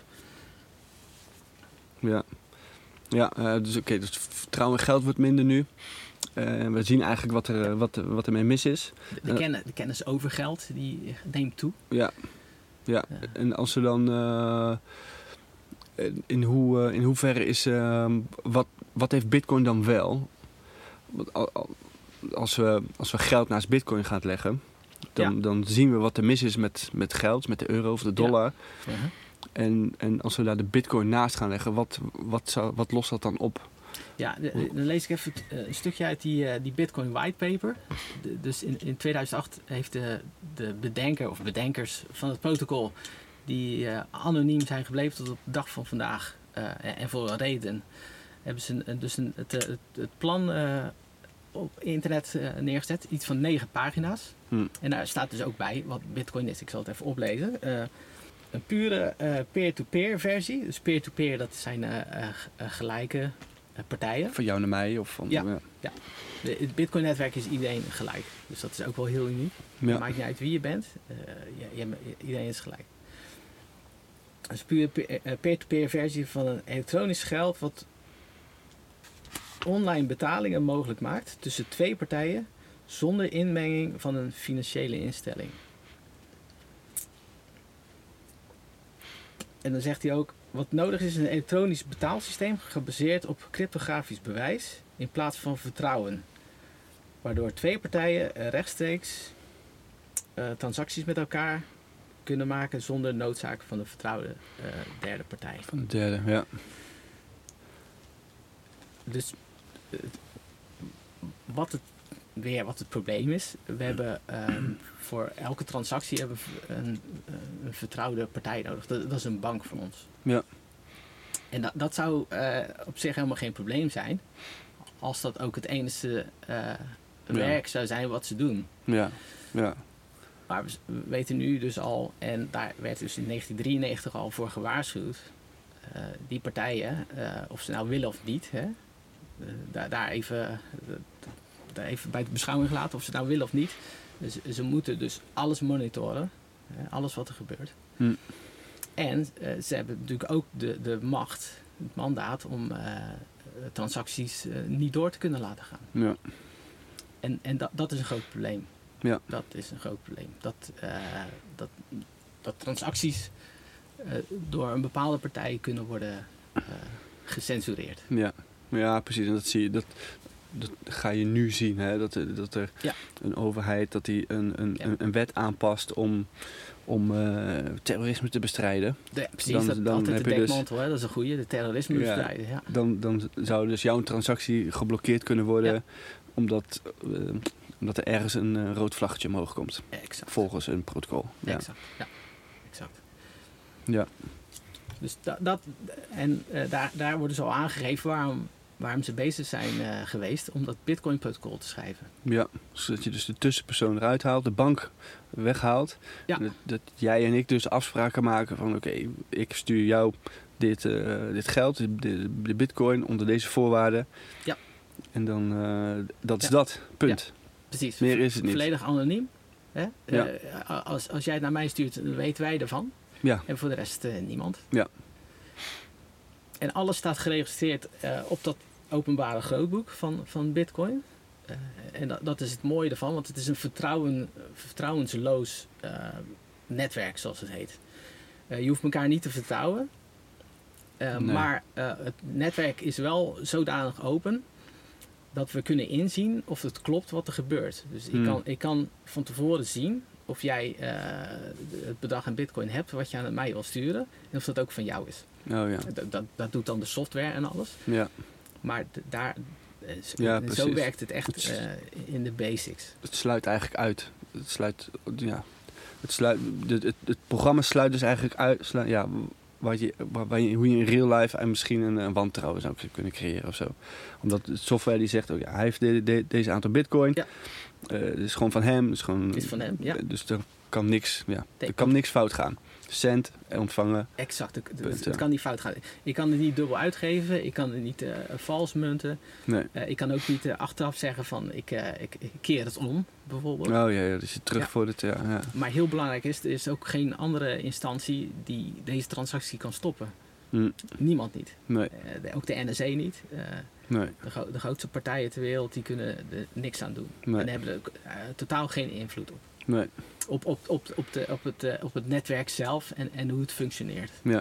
Ja, ja uh, dus oké, okay, dus vertrouwen in geld wordt minder nu. Uh, we zien eigenlijk wat er, wat, wat er mee mis is. De, de, kennis, de kennis over geld, die neemt toe. Ja, ja. Uh. En als we dan... Uh, in, hoe, in hoeverre is... Uh, wat, wat heeft Bitcoin dan wel? Als we, als we geld naast Bitcoin gaan leggen... Dan, ja. dan zien we wat er mis is met, met geld, met de euro of de dollar. Ja. Uh-huh. En, en als we daar de Bitcoin naast gaan leggen... Wat, wat, zou, wat lost dat dan op? Ja, de, dan lees ik even een stukje uit die, die Bitcoin whitepaper. De, dus in, in tweeduizend acht heeft de, de bedenker of bedenkers van het protocol... die uh, anoniem zijn gebleven tot op de dag van vandaag. Uh, en, en voor een reden. Hebben ze een, dus een, het, het, het plan uh, op internet uh, neergezet. Iets van negen pagina's. Hmm. En daar staat dus ook bij wat Bitcoin is. Ik zal het even oplezen. Uh, een pure uh, peer-to-peer versie. Dus peer-to-peer, dat zijn uh, uh, gelijke uh, partijen. Van jou naar mij? Of van, ja. ja. ja. De, het Bitcoin-netwerk is iedereen gelijk. Dus dat is ook wel heel uniek. Ja. Het maakt niet uit wie je bent. Uh, je, je, iedereen is gelijk. Dus puur peer-to-peer versie van een elektronisch geld wat online betalingen mogelijk maakt tussen twee partijen zonder inmenging van een financiële instelling. En dan zegt hij ook, wat nodig is, is een elektronisch betaalsysteem gebaseerd op cryptografisch bewijs in plaats van vertrouwen. Waardoor twee partijen rechtstreeks uh, transacties met elkaar kunnen maken zonder noodzaak van de vertrouwde uh, derde partij. Van de derde, ja. Dus uh, wat het weer wat het probleem is, we hebben um, voor elke transactie hebben we een, een vertrouwde partij nodig. Dat, dat is een bank van ons. Ja. En dat, dat zou uh, op zich helemaal geen probleem zijn, als dat ook het enige uh, werk ja. zou zijn wat ze doen. Ja, ja. Maar we weten nu dus al, en daar werd dus in negentien drieënnegentig al voor gewaarschuwd, uh, die partijen, uh, of ze nou willen of niet, hè, uh, daar, daar, even, uh, daar even bij de beschouwing gelaten of ze nou willen of niet. Dus, ze moeten dus alles monitoren, uh, alles wat er gebeurt. Hm. En uh, ze hebben natuurlijk ook de, de macht, het mandaat om uh, transacties uh, niet door te kunnen laten gaan. Ja. En, en dat, dat is een groot probleem. Ja. Dat is een groot probleem. Dat, uh, dat, dat transacties uh, door een bepaalde partij kunnen worden uh, gecensureerd. Ja. Ja, precies. En dat zie je. Dat, dat ga je nu zien. Hè? Dat, dat er ja. een overheid dat die een, een, ja. een, een wet aanpast om, om uh, terrorisme te bestrijden. Ja, precies. Dan, dat dan altijd de dekmantel. Dus, hè? Dat is een goeie. De terrorisme ja, bestrijden. Ja. Dan, dan zou dus jouw transactie geblokkeerd kunnen worden. Ja. Omdat... Uh, Omdat er ergens een uh, rood vlaggetje omhoog komt. Exact. Volgens een protocol. Ja. Exact. Ja. Exact. Ja. Dus dat, dat en uh, daar, daar worden ze al aangegeven waarom waarom ze bezig zijn uh, geweest om dat Bitcoin-protocol te schrijven. Ja, zodat je dus de tussenpersoon eruit haalt, de bank weghaalt. Ja. Dat, dat jij en ik dus afspraken maken van oké, okay, ik stuur jou dit, uh, dit geld, de, de bitcoin onder deze voorwaarden. Ja. En dan, uh, dat is ja. dat, punt. Ja, precies. Meer is het niet. Volledig anoniem. Hè? Ja. Uh, als, als jij het naar mij stuurt, dan weten wij ervan. Ja. En voor de rest uh, niemand. Ja. En alles staat geregistreerd uh, op dat openbare grootboek van, van Bitcoin. Uh, en dat, dat is het mooie ervan, want het is een vertrouwen, vertrouwensloos uh, netwerk, zoals het heet. Uh, je hoeft elkaar niet te vertrouwen. Uh, nee. Maar uh, het netwerk is wel zodanig open dat we kunnen inzien of het klopt wat er gebeurt. Dus hmm. ik, kan, ik kan van tevoren zien of jij uh, het bedrag aan Bitcoin hebt wat je aan mij wil sturen en of dat ook van jou is. Oh, ja. dat, dat, dat doet dan de software en alles. Ja. Maar d- daar, uh, ja, zo werkt het echt uh, in de basics. Het sluit eigenlijk uit. Het sluit, ja, het, sluit, het, het, het programma sluit dus eigenlijk uit. Sluit, ja, Wat je, waar je, hoe je in real life en misschien een, een wantrouwen zou kunnen creëren of zo. Omdat de software die zegt, oh ja, hij heeft de, de, deze aantal bitcoin. Ja. Uh, het is gewoon van hem. Het is, gewoon, het is van hem, ja. Dus er kan niks, ja, er kan niks fout gaan. Cent ontvangen. Exact, het, het, het kan niet fout gaan. Ik kan het niet dubbel uitgeven. Ik kan het niet uh, vals munten. Nee. Uh, ik kan ook niet uh, achteraf zeggen van ik, uh, ik, ik keer het om, bijvoorbeeld. Oh ja, ja dus je terug ja. voor het, ja, ja. Maar heel belangrijk is, er is ook geen andere instantie die deze transactie kan stoppen. Mm. Niemand niet. Nee. Uh, de, ook de N S A niet. Uh, nee. de, gro- de grootste partijen ter wereld, die kunnen er niks aan doen. Nee. En hebben er uh, totaal geen invloed op. Nee. Op, op, op, op, de, op, het, uh, op het netwerk zelf en, en hoe het functioneert. Ja.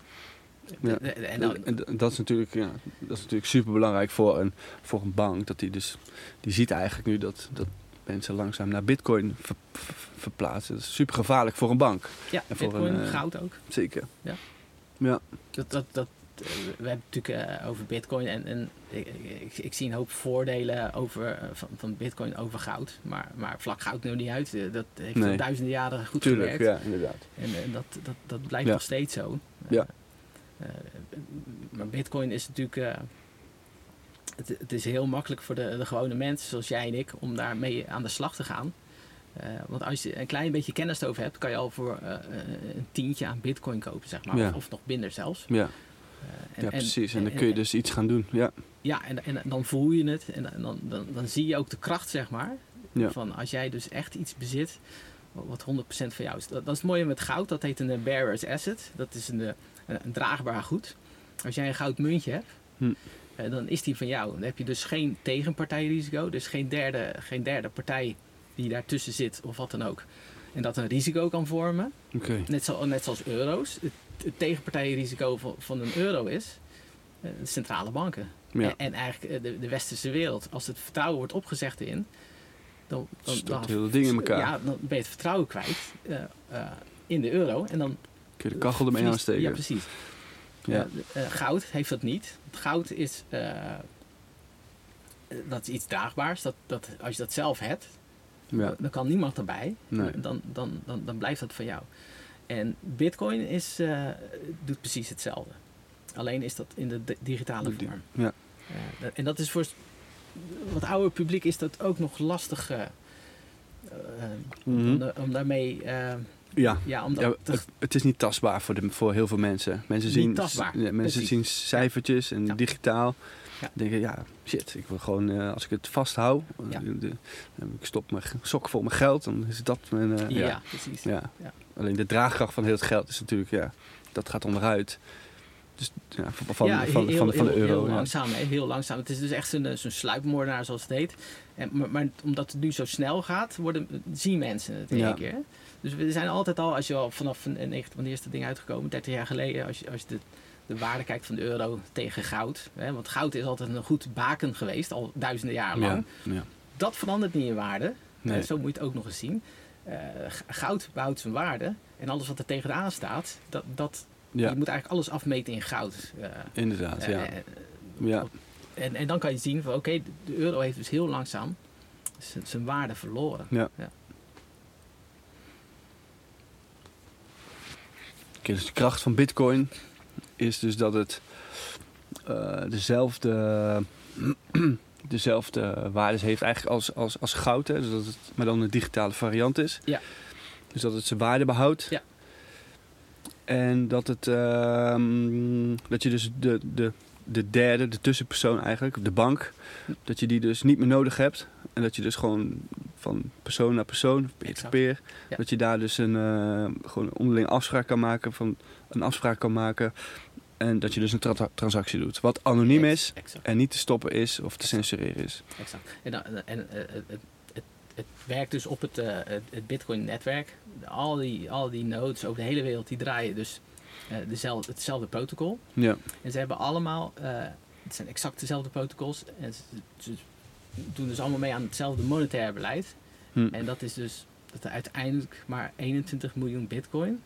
Ja. De, de, en, dan, en dat is natuurlijk, ja, dat is natuurlijk super belangrijk voor een, voor een bank. Dat die dus, die ziet eigenlijk nu dat, dat mensen langzaam naar bitcoin ver, ver, verplaatsen. Dat is super gevaarlijk voor een bank. Ja, en bitcoin, voor een, uh, goud ook. Zeker. Ja. Ja. Dat, dat, dat, uh, we hebben het natuurlijk uh, over bitcoin en, en ik, ik, ik zie een hoop voordelen over, uh, van, van bitcoin over goud. Maar, maar vlak goud nu niet uit. Uh, dat heeft nee. al duizenden jaren goed Tuurlijk, gewerkt. Ja, inderdaad. En uh, dat, dat, dat blijft ja. nog steeds zo. Uh, ja. Uh, maar bitcoin is natuurlijk... Uh, het, het is heel makkelijk voor de, de gewone mensen zoals jij en ik om daarmee aan de slag te gaan. Uh, want als je een klein beetje kennis erover hebt, kan je al voor uh, een tientje aan bitcoin kopen, zeg maar. Ja. Of, of nog minder zelfs. Ja, uh, en, ja precies. En, en dan en, kun je en, dus iets gaan doen. Ja, ja en, en dan voel je het. En dan, dan, dan zie je ook de kracht, zeg maar. Ja. Van als jij dus echt iets bezit wat honderd procent van jou is. Dat, dat is het mooie met goud. Dat heet een bearer's asset. Dat is een, een, een draagbaar goed. Als jij een goud muntje hebt, hm. uh, dan is die van jou. Dan heb je dus geen tegenpartijrisico. Dus geen derde, geen derde partij die daartussen zit of wat dan ook. En dat een risico kan vormen. Okay. Net, zo, net zoals euro's. Het, het tegenpartijrisico van, van een euro is uh, de centrale banken. Ja. En, en eigenlijk de, de westerse wereld. Als het vertrouwen wordt opgezegd in... Dan, dan, dan, dan hele ding in elkaar. Ja, dan ben je het vertrouwen kwijt uh, uh, in de euro. En dan kun je de kachel ermee aansteken. Ja, precies. Ja. Uh, uh, goud heeft dat niet. Goud is, uh, dat is iets draagbaars. Dat, dat, als je dat zelf hebt, ja. dan kan niemand erbij. Nee. Dan, dan, dan, dan blijft dat van jou. En bitcoin is, uh, doet precies hetzelfde. Alleen is dat in de digitale vorm. Ja. Uh, en dat is voor wat ouder publiek is dat ook nog lastig uh, uh, mm-hmm. om, om daarmee... Uh, Ja, ja, omdat ja het, het is niet tastbaar voor, de, voor heel veel mensen. Mensen zien, niet tastbaar. Ja, mensen zien cijfertjes en ja. digitaal. Ja. Denken, ja, shit, ik wil gewoon, uh, als ik het vasthoud, ja. de, de, ik stop mijn sok vol mijn geld, dan is dat mijn... Uh, ja, ja, precies. Ja. Ja. Alleen de draagkracht van heel het geld is natuurlijk, ja, dat gaat onderuit. Dus ja, van, van, ja, van, van, heel, van, van de euro. Heel ja. langzaam, hè? heel langzaam. Het is dus echt zo'n, zo'n sluipmoordenaar zoals het heet. En, maar, maar omdat het nu zo snel gaat, worden, zien mensen het in ja. één keer. Hè? Dus we zijn altijd al, als je al vanaf een, een, van de eerste ding uitgekomen, dertig jaar geleden, als je, als je de, de waarde kijkt van de euro tegen goud. Hè? Want goud is altijd een goed baken geweest, al duizenden jaar lang. Ja. Ja. Dat verandert niet in waarde. Nee. Uh, zo moet je het ook nog eens zien. Uh, goud behoudt zijn waarde. En alles wat er tegenaan staat, dat... dat Ja. je moet eigenlijk alles afmeten in goud. Uh, Inderdaad, uh, ja. Uh, ja. En, en dan kan je zien van oké, okay, de euro heeft dus heel langzaam zijn waarde verloren. Ja. Ja. Okay, dus de kracht van bitcoin is dus dat het uh, dezelfde, dezelfde waardes heeft eigenlijk als, als, als goud. Hè? Dus dat het maar dan een digitale variant is. Ja. Dus dat het zijn waarde behoudt. Ja. En dat, het, uh, dat je dus de, de, de derde, de tussenpersoon eigenlijk, de bank, dat je die dus niet meer nodig hebt. En dat je dus gewoon van persoon naar persoon, peer to peer, ja. dat je daar dus een, uh, gewoon een onderling afspraak kan maken, van een afspraak kan maken. En dat je dus een tra- transactie doet. Wat anoniem is exact. En niet te stoppen is of te censureren is. Exact. En, dan, en uh, het, het, het werkt dus op het, uh, het Bitcoin-netwerk. Al die, al die nodes over de hele wereld die draaien dus uh, dezelfde, hetzelfde protocol. Ja. En ze hebben allemaal, uh, het zijn exact dezelfde protocols. En ze, ze doen dus allemaal mee aan hetzelfde monetaire beleid. Hm. En dat is dus dat er uiteindelijk maar eenentwintig miljoen bitcoin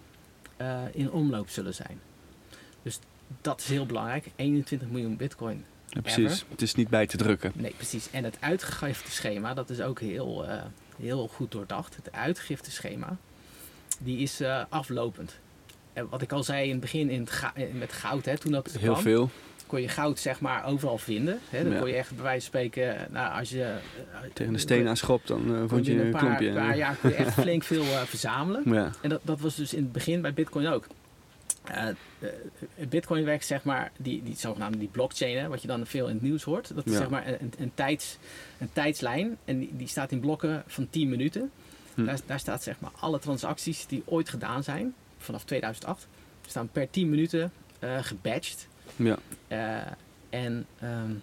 uh, in omloop zullen zijn. Dus dat is heel belangrijk. eenentwintig miljoen bitcoin. Ja, precies. Ever. Het is niet bij te drukken. Nee, precies. En het uitgifteschema, dat is ook heel, uh, heel goed doordacht. Het uitgifteschema, die is uh, aflopend. En wat ik al zei in het begin in het ga- met goud, hè, toen dat heel kwam, veel. kon je goud zeg maar overal vinden. Hè. Dan ja. kon je echt bij wijze van spreken, nou, als je uh, tegen een steen aanschopt, dan uh, vond je een, een paar, klompje. Een paar jaar kon je echt flink veel uh, verzamelen. Ja. En dat, dat was dus in het begin bij Bitcoin ook. Uh, uh, Bitcoin werkt zeg maar, die, die zogenaamde die blockchain, hè, wat je dan veel in het nieuws hoort. Dat is ja. zeg maar een, een, tijds, een tijdslijn en die, die staat in blokken van tien minuten. Hm. Daar, daar staat zeg maar alle transacties die ooit gedaan zijn, vanaf tweeduizend acht, staan per tien minuten uh, gebadged. Ja. Uh, en um,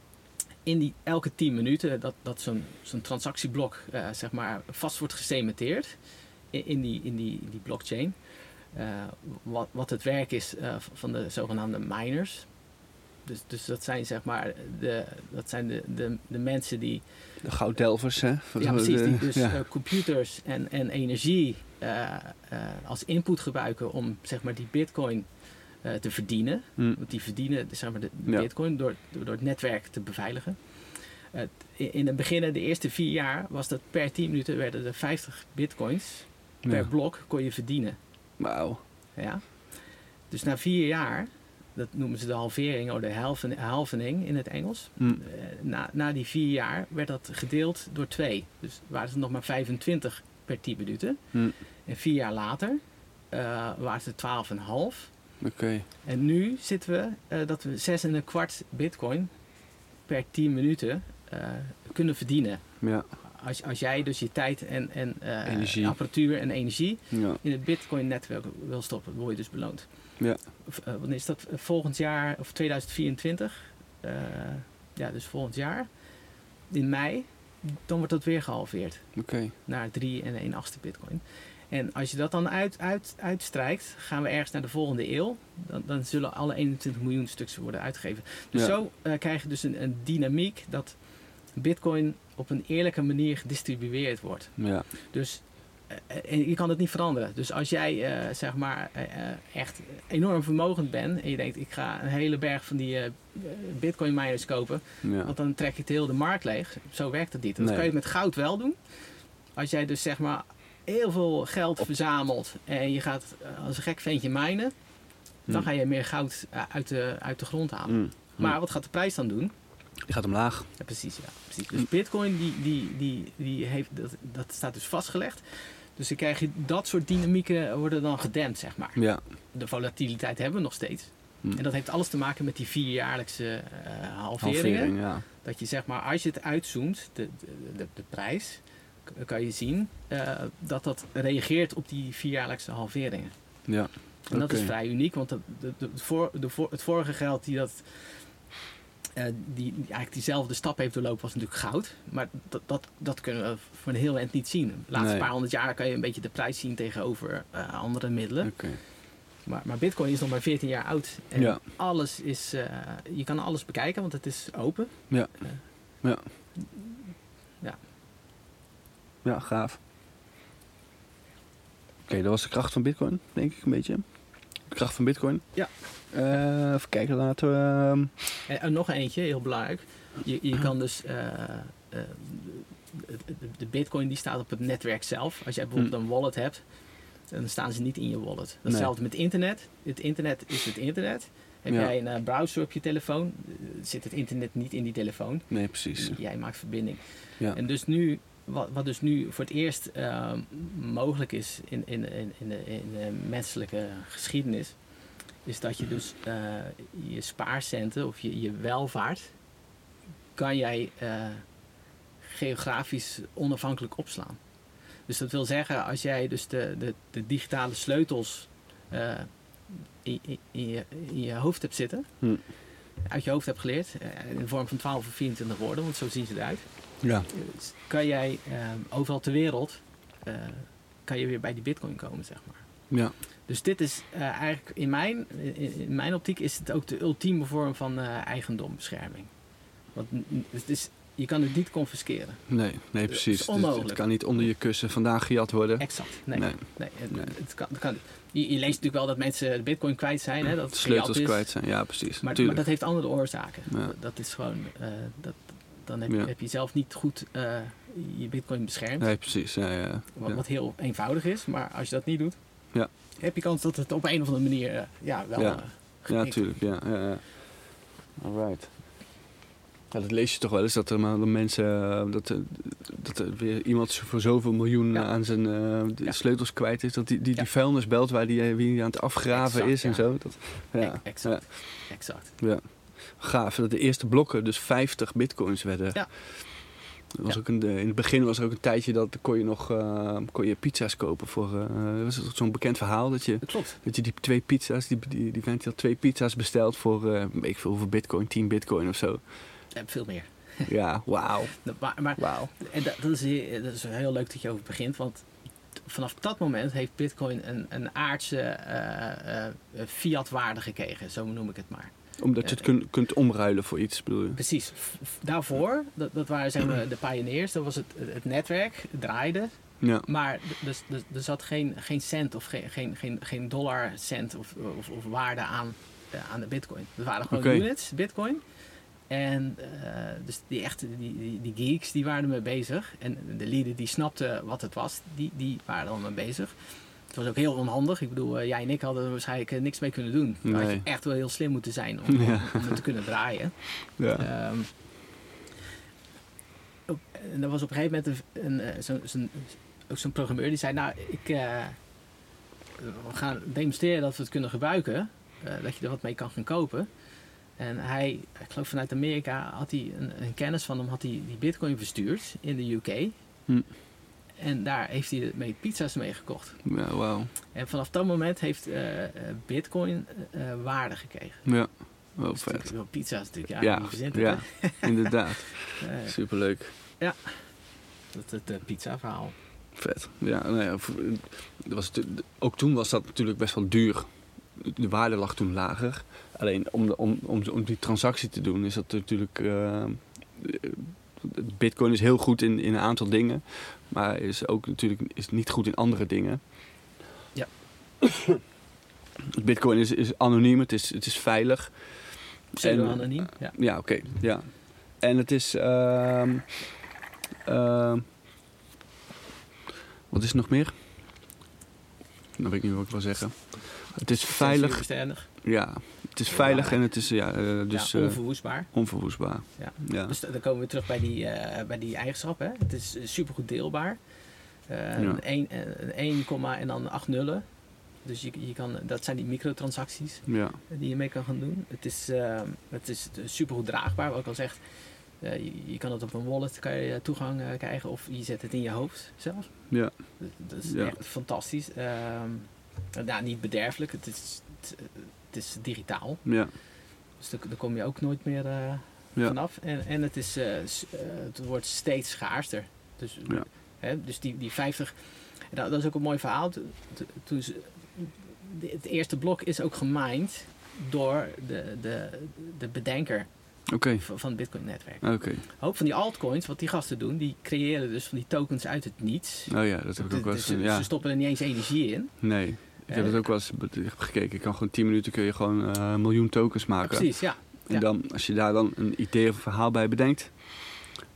in die elke tien minuten dat, dat zo'n, zo'n transactieblok uh, zeg maar vast wordt gecementeerd in, in, die, in, die, in die blockchain. Uh, wat, wat het werk is uh, van de zogenaamde miners. Dus, dus dat zijn zeg maar de, dat zijn de, de, de mensen die... De gouddelvers, hè? Van ja, precies. De, die dus ja. uh, computers en, en energie uh, uh, als input gebruiken om zeg maar die bitcoin uh, te verdienen. Mm. Want die verdienen zeg maar de, de ja. bitcoin door, door het netwerk te beveiligen. Uh, in het begin, de eerste vier jaar, was dat per tien minuten werden er vijftig bitcoins per ja. blok kon je verdienen. Wauw. Ja. Dus na vier jaar, dat noemen ze de halvering of de halven, halvening in het Engels. Mm. Uh, na, na die vier jaar werd dat gedeeld door twee. Dus waren het nog maar vijfentwintig per tien minuten. Mm. En vier jaar later uh, waren het twaalf komma vijf. Oké. Okay. En nu zitten we uh, dat we zes en een kwart bitcoin per tien minuten uh, kunnen verdienen. Ja. Als, als jij dus je tijd en, en uh, apparatuur en energie ja. in het Bitcoin-netwerk wil stoppen, word je dus beloond. Ja. Uh, wanneer is dat? Volgend jaar, of tweeduizend vierentwintig, uh, ja, dus volgend jaar, in mei, dan wordt dat weer gehalveerd. Okay. Naar drie en een achtste bitcoin. En als je dat dan uit, uit, uitstrijkt, gaan we ergens naar de volgende eeuw. Dan, dan zullen alle eenentwintig miljoen stuks worden uitgegeven. Dus ja. zo uh, krijg je dus een, een dynamiek dat Bitcoin op een eerlijke manier gedistribueerd wordt. Ja. Dus uh, en je kan het niet veranderen. Dus als jij uh, zeg maar uh, echt enorm vermogend bent en je denkt ik ga een hele berg van die uh, Bitcoin miners kopen, ja. want dan trek ik de hele markt leeg. Zo werkt het niet. Dat nee. kan je met goud wel doen. Als jij dus zeg maar heel veel geld op. verzamelt en je gaat uh, als een gek ventje minen, mm. dan ga je meer goud uh, uit, de, uit de grond halen. Mm. Maar mm. wat gaat de prijs dan doen? Die gaat omlaag. Ja, precies, ja. Precies. Dus Bitcoin, die, die, die, die heeft, dat, dat staat dus vastgelegd. Dus dan krijg je dat soort dynamieken worden dan gedempt, zeg maar. Ja. De volatiliteit hebben we nog steeds. Hm. En dat heeft alles te maken met die vierjaarlijkse uh, halveringen. Halvering, ja. Dat je zeg maar, als je het uitzoomt, de, de, de, de prijs, kan je zien uh, dat dat reageert op die vierjaarlijkse halveringen. Ja. En dat okay. is vrij uniek, want de, de, de, de voor, de voor, het vorige geld die dat... Uh, die, die eigenlijk diezelfde stap heeft doorlopen was natuurlijk goud. Maar dat, dat, dat kunnen we voor een heel eind niet zien. De laatste nee. paar honderd jaar kan je een beetje de prijs zien tegenover uh, andere middelen. Okay. Maar, maar Bitcoin is nog maar veertien jaar oud. En ja. alles is, uh, je kan alles bekijken, want het is open. Ja. Uh, ja. Ja. Ja, gaaf. Oké, okay, dat was de kracht van Bitcoin, denk ik een beetje. De kracht van Bitcoin. Ja. Uh, even kijken, laten we... Uh... En, en nog eentje, heel belangrijk. Je, je kan dus... Uh, uh, de, de Bitcoin die staat op het netwerk zelf. Als jij bijvoorbeeld een wallet hebt, dan staan ze niet in je wallet. Hetzelfde nee. met internet. Het internet is het internet. Heb Ja. jij een uh, browser op je telefoon, zit het internet niet in die telefoon. Nee, precies. Jij maakt verbinding. Ja. En dus nu, wat, wat dus nu voor het eerst uh, mogelijk is in, in, in, in, de, in de menselijke geschiedenis, is dat je dus uh, je spaarcenten of je, je welvaart, kan jij uh, geografisch onafhankelijk opslaan. Dus dat wil zeggen, als jij dus de, de, de digitale sleutels uh, in, in, in, je, in je hoofd hebt zitten, hm. uit je hoofd hebt geleerd, uh, in de vorm van twaalf of vierentwintig woorden, want zo zien ze eruit, Ja. dus kan jij uh, overal ter wereld, uh, kan je weer bij die bitcoin komen, zeg maar. Ja. Dus dit is uh, eigenlijk, in mijn, in, in mijn optiek is het ook de ultieme vorm van uh, eigendombescherming. Want het is, je kan het niet confisceren. Nee, nee precies. Het is onmogelijk. Het, het kan niet onder je kussen vandaan gejat worden. Exact. Nee, nee. nee, het, nee. Het kan, het kan, je, je leest natuurlijk wel dat mensen de bitcoin kwijt zijn. Hè, dat de sleutels kwijt zijn, ja precies. Maar, maar dat heeft andere oorzaken. Ja. Dat, dat is gewoon, uh, dat, dan heb, ja. heb je zelf niet goed uh, je bitcoin beschermd. Nee, precies. Ja, ja. Wat, ja. wat heel eenvoudig is, maar als je dat niet doet, ja. heb je kans dat het op een of andere manier uh, ja, wel... Ja, Uh, ja natuurlijk. Ja, ja, ja. Alright. Ja, dat lees je toch wel eens, dat er maar mensen, uh, dat, uh, dat er weer iemand voor zoveel miljoen ja. aan zijn uh, ja. sleutels kwijt is, dat die, die, ja. die vuilnis belt waar die, wie die aan het afgraven exact, is en ja. zo. Dat, ja. Exact. Ja. exact. Ja. Gaaf, dat de eerste blokken dus vijftig bitcoins werden. Ja. Was ja. ook een, in het begin was er ook een tijdje dat kon je nog uh, kon je pizza's kopen voor. Uh, was het zo'n bekend verhaal dat je, dat klopt. dat je die twee pizza's, die, die, die vent had twee pizza's besteld voor uh, weet ik veel hoeveel bitcoin, tien bitcoin of zo. Ja, veel meer. Ja, wauw. Maar, maar wow. En dat, dat, is heel, dat is heel leuk dat je over begint, want vanaf dat moment heeft bitcoin een, een aardse uh, uh, fiat-waarde gekregen, zo noem ik het maar. Omdat je het kun, kunt omruilen voor iets, bedoel je? Precies. Daarvoor, dat, dat waren zeg maar, de pioniers, dat was het, het netwerk, het draaide. Ja. Maar er, er, er zat geen, geen cent of geen, geen, geen, geen dollar cent of, of, of waarde aan, uh, aan de bitcoin. Dat waren gewoon okay. units, bitcoin. En uh, dus die echte, die, die, die geeks, die waren ermee bezig. En de lieden die snapten wat het was, die, die waren er al mee bezig. Het was ook heel onhandig. Ik bedoel, uh, jij en ik hadden er waarschijnlijk uh, niks mee kunnen doen. Dan nee. had je echt wel heel slim moeten zijn om, ja. om, om het te kunnen draaien. Ja. Um, op, en er was op een gegeven moment een, een, zo'n, zo'n, ook zo'n programmeur die zei, nou, ik, uh, we gaan demonstreren dat we het kunnen gebruiken. Uh, dat je er wat mee kan gaan kopen. En hij, ik geloof vanuit Amerika, had hij een, een kennis van hem, had hij die bitcoin verstuurd in de U K. Hm. En daar heeft hij mee pizza's mee gekocht. Ja, wauw. En vanaf dat moment heeft uh, bitcoin uh, waarde gekregen. Ja, wel dus vet. Wel pizza's natuurlijk, ja. Ja, die verzint ja inderdaad. uh, Superleuk. Ja, dat is het uh, pizza verhaal. Vet. Ja, nou ja, was het, ook toen was dat natuurlijk best wel duur. De waarde lag toen lager. Alleen om, de, om, om, om die transactie te doen is dat natuurlijk... Uh, Bitcoin is heel goed in, in een aantal dingen. Maar is ook natuurlijk is niet goed in andere dingen. Ja. Bitcoin is, is anoniem, het is, het is veilig. Pseudo-anoniem, ja. Ja, oké. Okay, ja. En het is... Uh, uh, wat is er nog meer? Dan weet ik niet wat ik wil zeggen. Het is veilig. Ja, het is veilig en het is ja, uh, dus, ja, onverwoestbaar. Uh, onverwoestbaar. Ja. Ja. Dus dan komen we terug bij die, uh, bij die eigenschappen. Het is supergoed deelbaar. Uh, ja. een, een één, en dan acht nullen. Dus je, je kan, dat zijn die microtransacties ja. die je mee kan gaan doen. Het is, uh, het is supergoed draagbaar, wat ik al zeg. Uh, je, je kan het op een wallet kan je toegang uh, krijgen of je zet het in je hoofd zelf. Ja. Dat, dat is ja. echt fantastisch. Uh, nou, niet bederfelijk, het is, het, het is digitaal. Ja. Dus daar, daar kom je ook nooit meer uh, ja. vanaf. En, en het, is, uh, het wordt steeds schaarster. Dus, ja. hè, dus die, die vijftig... Dat, dat is ook een mooi verhaal. Toen ze, het eerste blok is ook gemined door de, de, de bedenker okay. van het Bitcoin-netwerk. Okay. Een hoop van die altcoins, wat die gasten doen, die creëren dus van die tokens uit het niets. Oh ja, dat heb ik ook wel eens. Dus, ja. Ze stoppen er niet eens energie in. Nee, ik heb het ook wel eens gekeken. Je kan gewoon tien minuten kun je gewoon uh, een miljoen tokens maken. Ja, precies, ja. En ja. dan, als je daar dan een idee of een verhaal bij bedenkt,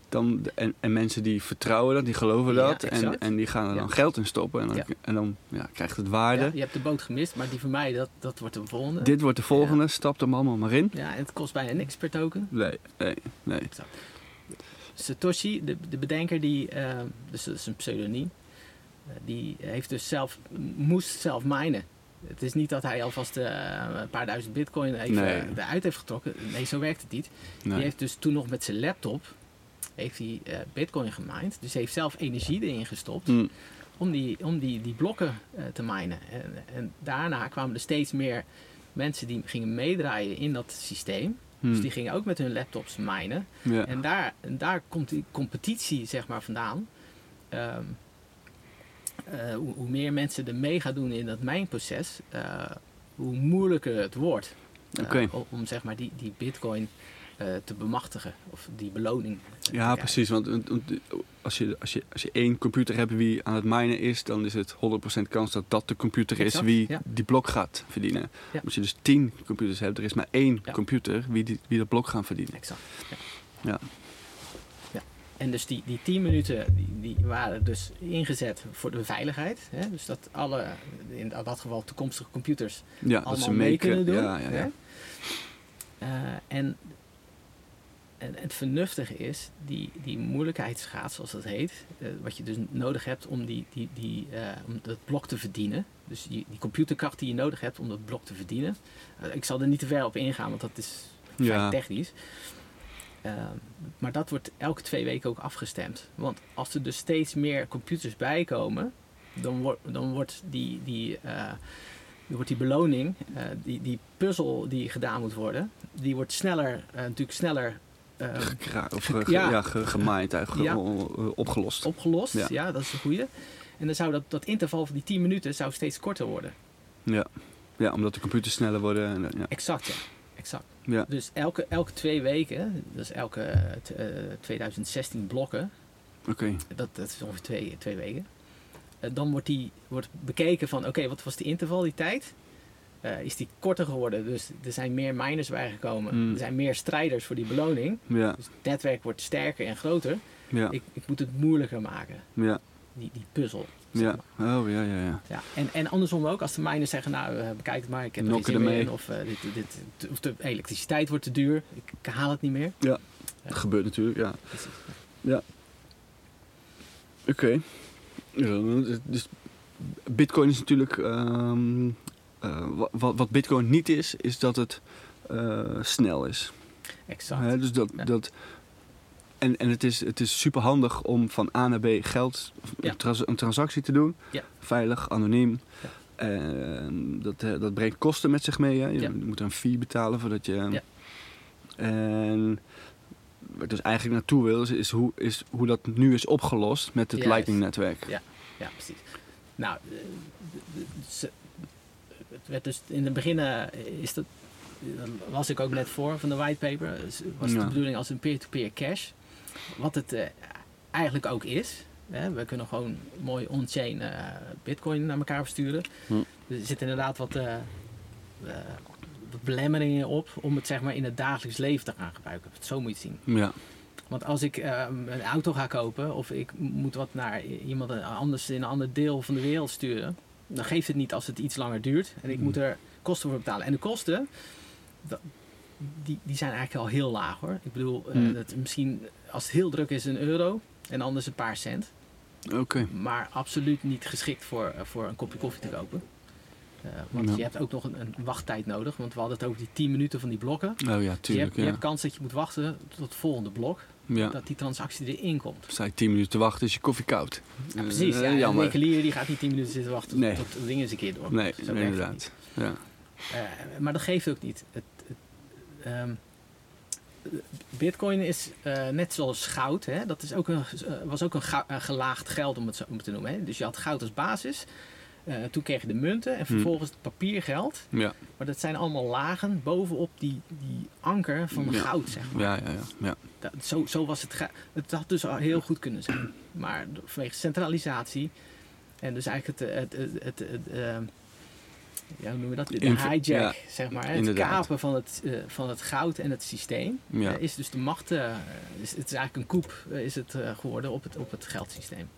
dan, en, en mensen die vertrouwen dat, die geloven Ja, dat. En, exact. en die gaan er dan Ja. geld in stoppen. En dan, Ja. en dan ja, krijgt het waarde. Ja, je hebt de boot gemist, maar die van mij, dat, dat wordt de volgende. Dit wordt de volgende, stap er allemaal maar in. Ja, en het kost bijna niks per token. Nee, nee, nee. Exact. Satoshi, de, de bedenker, die, uh, dus dat is een pseudoniem, uh, die heeft dus zelf, moest zelf minen. Het is niet dat hij alvast uh, een paar duizend bitcoin even Nee. eruit heeft getrokken. Nee, zo werkt het niet. nee. Die heeft dus toen nog met zijn laptop heeft hij, uh, bitcoin gemined. Dus hij heeft zelf energie erin gestopt Mm, om die, om die, die blokken uh, te minen. En, en daarna kwamen er steeds meer mensen die gingen meedraaien in dat systeem. mm, Dus die gingen ook met hun laptops minen. ja. En daar, en daar komt die competitie zeg maar vandaan. Um, uh, hoe, hoe meer mensen er mee gaan doen in dat mijnproces, uh, hoe moeilijker het wordt. Uh, Oké. om, om zeg maar die, die bitcoin uh, te bemachtigen. Of die beloning te Ja, krijgen. precies. Want want, want, als je, als, je, als je één computer hebt wie aan het minen is, dan is het honderd procent kans dat dat de computer is Exact, wie ja. die blok gaat verdienen. Ja. Als je dus tien computers hebt, er is maar één Ja. computer wie, die, wie dat blok gaan verdienen. Exact. Ja. Ja. Ja. En dus die, die tien minuten die, die waren dus ingezet voor de veiligheid. Hè? Dus dat alle, in dat geval toekomstige computers, Ja, dat allemaal ze mee mee kunnen doen. Ja, ja, hè? ja. Uh, en, en het vernuftige is, die, die moeilijkheidsgraad zoals dat heet, uh, wat je dus nodig hebt om, die, die, die, uh, om dat blok te verdienen. Dus die, die computerkracht die je nodig hebt om dat blok te verdienen. Uh, ik zal er niet te ver op ingaan, want dat is vrij Ja. technisch. Uh, maar dat wordt elke twee weken ook afgestemd. Want als er dus steeds meer computers bijkomen, dan, wordt dan wordt die, die, uh, dan wordt die beloning, uh, die, die puzzel die gedaan moet worden, die wordt sneller, uh, natuurlijk sneller uh, Gekra- of ge- ge- ja. ja, ge- gemaaid, eigenlijk, Ja. o- o- opgelost. opgelost. Ja. Ja. dat is een goeie. En dan zou dat, dat interval van die tien minuten zou steeds korter worden. Ja. ja, omdat de computers sneller worden. En, ja. Exact, ja. Exact. Ja. Dus elke, elke twee weken, dus elke uh, t- uh, twintig zestien blokken, Oké. dat, dat is ongeveer twee, twee weken. Uh, dan wordt, die, wordt bekeken van, oké, okay, wat was die interval, die tijd? Uh, is die korter geworden? Dus er zijn meer miners bijgekomen. Mm. Er zijn meer strijders voor die beloning. Ja, Dus het netwerk wordt sterker en groter. ja, Ik, ik moet het moeilijker maken, ja, die, die puzzel. zeg ja. maar. Oh, ja, ja, ja. Ja, en, en andersom ook, als de miners zeggen, nou, uh, bekijk het maar, ik heb er geen Nokken zin meer ermee. in. Of, uh, dit, dit, dit, of de elektriciteit wordt te duur, ik, ik haal het niet meer. Ja, Ja. dat gebeurt natuurlijk, ja. Precies. Oké. Okay. Ja, dus Bitcoin is natuurlijk... Um, uh, wat, wat Bitcoin niet is, is dat het uh, snel is. Exact. Hè, dus dat... Ja. dat en en het, is, het is super handig om van A naar B geld, Ja. een, trans- een transactie te doen. Ja. Veilig, anoniem. Ja. En dat, eh, dat brengt kosten met zich mee. Hè. Je Ja. moet een fee betalen voordat je... Ja. En waar ik dus eigenlijk naartoe wil, is, is, hoe, is hoe dat nu is opgelost met het Juist. Lightning-netwerk. Ja. Ja, precies. Nou, eh, de- de- ze- het werd dus in het begin, eh, is dat, dat las ik ook net voor van de whitepaper, is- was Ja. de bedoeling als een peer-to-peer cash. Wat het eh, eigenlijk ook is. Hè? We kunnen gewoon mooi on-chain eh, bitcoin naar elkaar versturen. Hm. Er zitten inderdaad wat, eh, eh, wat belemmeringen op om het zeg maar in het dagelijks leven te gaan gebruiken. Zo moet je het zien. Ja, Want als ik uh, een auto ga kopen of ik moet wat naar iemand anders in een ander deel van de wereld sturen, dan geeft het niet als het iets langer duurt. En ik Mm. moet er kosten voor betalen. En de kosten, dat, die, die zijn eigenlijk al heel laag hoor. Ik bedoel, uh, Mm. dat misschien als het heel druk is een euro en anders een paar cent. oké. Maar absoluut niet geschikt voor, uh, voor een kopje koffie te kopen. Uh, want Ja. je hebt ook nog een, een wachttijd nodig. Want we hadden het over die tien minuten van die blokken. Oh ja, Dus je, tuurlijk. hebt, je Ja. hebt kans dat je moet wachten tot het volgende blok. Ja. Dat die transactie erin komt. Sta je tien minuten te wachten, is je koffie koud. Ja, precies. Eh, Ja, een jammer. winkelier die gaat niet tien minuten zitten wachten Nee. tot het ding eens een keer door. Nee, Zo nee, werkt het inderdaad. Ja. niet. Uh, maar dat geeft ook niet. Het, het, um, Bitcoin is uh, net zoals goud. Hè? Dat is ook een, uh, was ook een, ga, een gelaagd geld om het zo om het te noemen. Hè? Dus je had goud als basis. Uh, toen kreeg je de munten en vervolgens het papiergeld. Ja. Maar dat zijn allemaal lagen bovenop die, die anker van Ja. goud, zeg maar. Ja, ja, ja, ja. Dat, zo, zo was het. Ge- het had dus al heel goed kunnen zijn. Maar vanwege centralisatie en dus eigenlijk het, het, het, het, het, uh, ja, hoe noemen we dat? De Inv- hijack, ja, zeg maar. Het inderdaad. kapen van het, uh, van het goud en het systeem Ja. uh, is dus de macht. Uh, is, het is eigenlijk een koep uh, is het, uh, geworden op het, op het geldsysteem.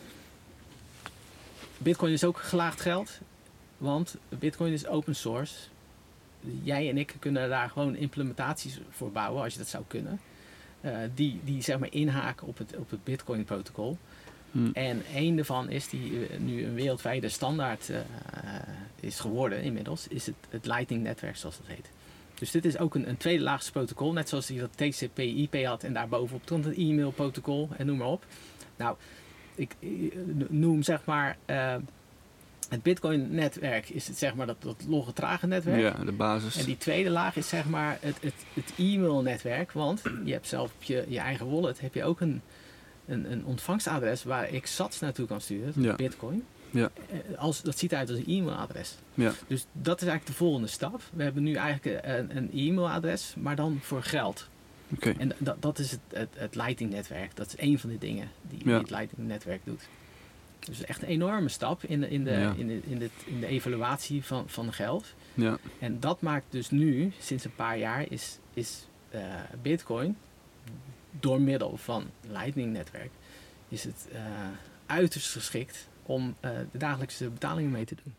Bitcoin is ook gelaagd geld, want Bitcoin is open source. Jij en ik kunnen daar gewoon implementaties voor bouwen, als je dat zou kunnen. Uh, die, die zeg maar inhaken op het, op het Bitcoin protocol. Hmm. En één daarvan is die uh, nu een wereldwijde standaard uh, is geworden inmiddels, is het, het Lightning netwerk zoals dat heet. Dus dit is ook een, een tweede laagste protocol, net zoals je dat T C P I P had en daarbovenop stond een e-mail protocol en noem maar op. Nou, ik, ik noem zeg maar uh, het Bitcoin netwerk is het zeg maar dat, dat logge trage netwerk. Ja, de basis. En die tweede laag is zeg maar het, het, het e-mail netwerk, want je hebt zelf op je, je eigen wallet heb je ook een Een, een ontvangstadres waar ik sats naartoe kan sturen, ja. Bitcoin. Ja. Als, dat ziet eruit als een e-mailadres. Ja. Dus dat is eigenlijk de volgende stap. We hebben nu eigenlijk een, een e-mailadres, maar dan voor geld. Okay. En dat, dat is het, het, het Lightning-netwerk. Dat is één van de dingen die, ja. die het Lightning-netwerk doet. Dus echt een enorme stap in de, in de, ja. in de, in de, in de evaluatie van, van geld. Ja. En dat maakt dus nu, sinds een paar jaar, is, is uh, Bitcoin door middel van Lightning-netwerk is het uh, uiterst geschikt om uh, de dagelijkse betalingen mee te doen.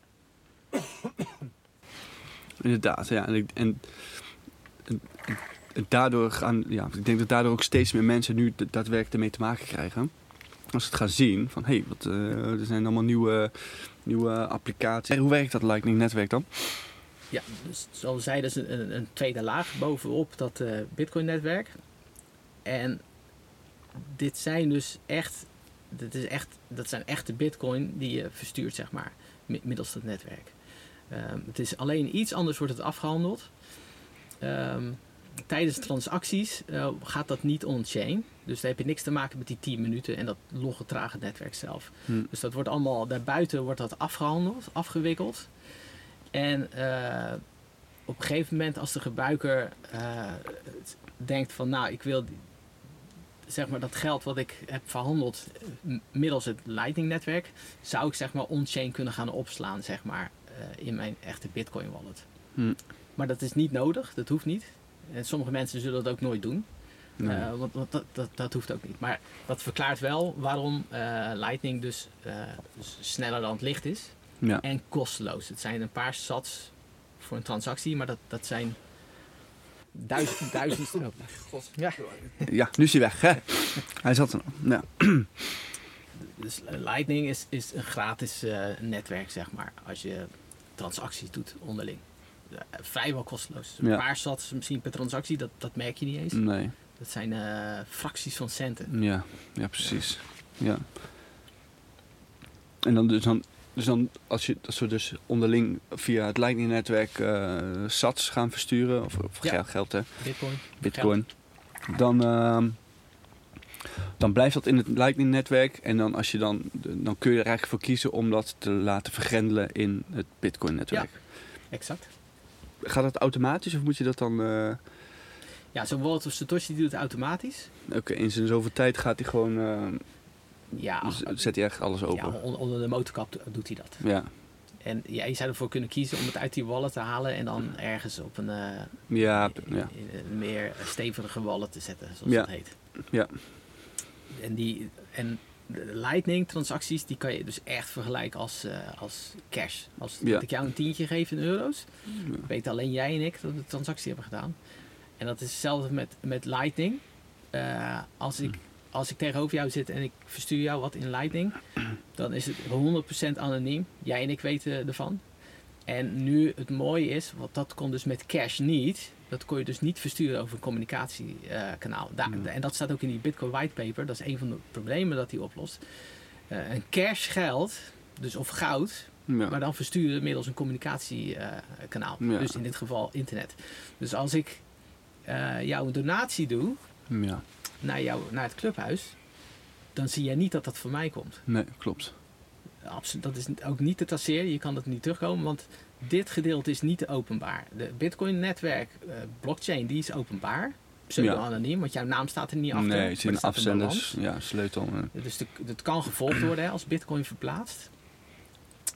Inderdaad, ja. En, en, en, en daardoor gaan, ja, ik denk dat daardoor ook steeds meer mensen nu daadwerkelijk ermee te maken krijgen. Als ze het gaan zien van, hé, hey, wat, uh, er zijn allemaal nieuwe, nieuwe applicaties. Hoe werkt dat Lightning-netwerk dan? Ja, dus zoals we zeiden, is een, een tweede laag bovenop dat uh, Bitcoin-netwerk. En dit zijn dus echt, dit is echt, dat zijn echte bitcoin die je verstuurt, zeg maar, middels dat netwerk. Um, het is alleen iets anders wordt het afgehandeld. Um, tijdens transacties uh, gaat dat niet on-chain. Dus daar heb je niks te maken met die tien minuten en dat logge trage netwerk zelf. Hmm. Dus dat wordt allemaal, daarbuiten wordt dat afgehandeld, afgewikkeld. En uh, op een gegeven moment als de gebruiker uh, denkt van, nou, ik wil zeg maar dat geld wat ik heb verhandeld middels het Lightning-netwerk, zou ik zeg maar on-chain kunnen gaan opslaan, zeg maar, uh, in mijn echte Bitcoin-wallet. Hmm. Maar dat is niet nodig, dat hoeft niet. En sommige mensen zullen dat ook nooit doen. Nee. Uh, want want dat, dat, dat hoeft ook niet. Maar dat verklaart wel waarom uh, Lightning dus, uh, dus sneller dan het licht is. Ja. En kosteloos. Het zijn een paar sats voor een transactie, maar dat, dat zijn duizend, duizend oh, God. Ja. Ja, nu is hij weg, hè? Hij zat er nog. Ja. Dus Lightning is, is een gratis uh, netwerk, zeg maar, als je transacties doet onderling. Uh, vrijwel kosteloos. Een ja. paar sats misschien per transactie, dat, dat merk je niet eens. Nee. Dat zijn uh, fracties van centen. Ja, ja precies. Ja. Ja. En dan dus dan, dus dan als, je, als we dus onderling via het Lightning-netwerk uh, sats gaan versturen, of, of ja. geld, hè? Bitcoin. Bitcoin. Geld. Dan, uh, dan blijft dat in het Lightning-netwerk en dan, als je dan, dan kun je er eigenlijk voor kiezen om dat te laten vergrendelen in het Bitcoin-netwerk. Ja, exact. Gaat dat automatisch of moet je dat dan... Uh... Ja, zo'n wallet of Satoshi doet het automatisch. Oké, okay, in zijn zoveel tijd gaat hij gewoon... Uh, ja, dus zet hij echt alles open? Ja, onder, onder de motorkap doet hij dat. Ja. En ja, je zou ervoor kunnen kiezen om het uit die wallet te halen en dan ergens op een, uh, ja, ja. een meer stevige wallet te zetten, zoals ja. dat heet. Ja. En, die, en de Lightning transacties, die kan je dus echt vergelijken als, uh, als cash. Als ja. ik jou een tientje geef in euro's, ja. weet alleen jij en ik dat we de transactie hebben gedaan. En dat is hetzelfde met, met Lightning. Uh, als, ik, als ik tegenover jou zit en ik verstuur jou wat in Lightning, dan is het honderd procent anoniem. Jij en ik weten ervan. En nu het mooie is, want dat kon dus met cash niet. Dat kon je dus niet versturen over een communicatiekanaal. Uh, Daar, ja. En dat staat ook in die Bitcoin whitepaper. Dat is een van de problemen dat hij oplost. Uh, een cash geld, dus of goud, ja. maar dan versturen middels een communicatiekanaal. Uh, ja. Dus in dit geval internet. Dus als ik uh, jou een donatie doe ja. naar, jou, naar het clubhuis, dan zie jij niet dat dat van mij komt. Nee, klopt. Absoluut, dat is ook niet te traceren. Je kan dat niet terugkomen, want dit gedeelte is niet openbaar. De Bitcoin-netwerk, uh, blockchain, die is openbaar. Pseudo-anoniem, ja. want jouw naam staat er niet achter. Nee, het is een afzenders, ja, sleutel. Ja. Dus het kan gevolgd worden hè, als Bitcoin verplaatst.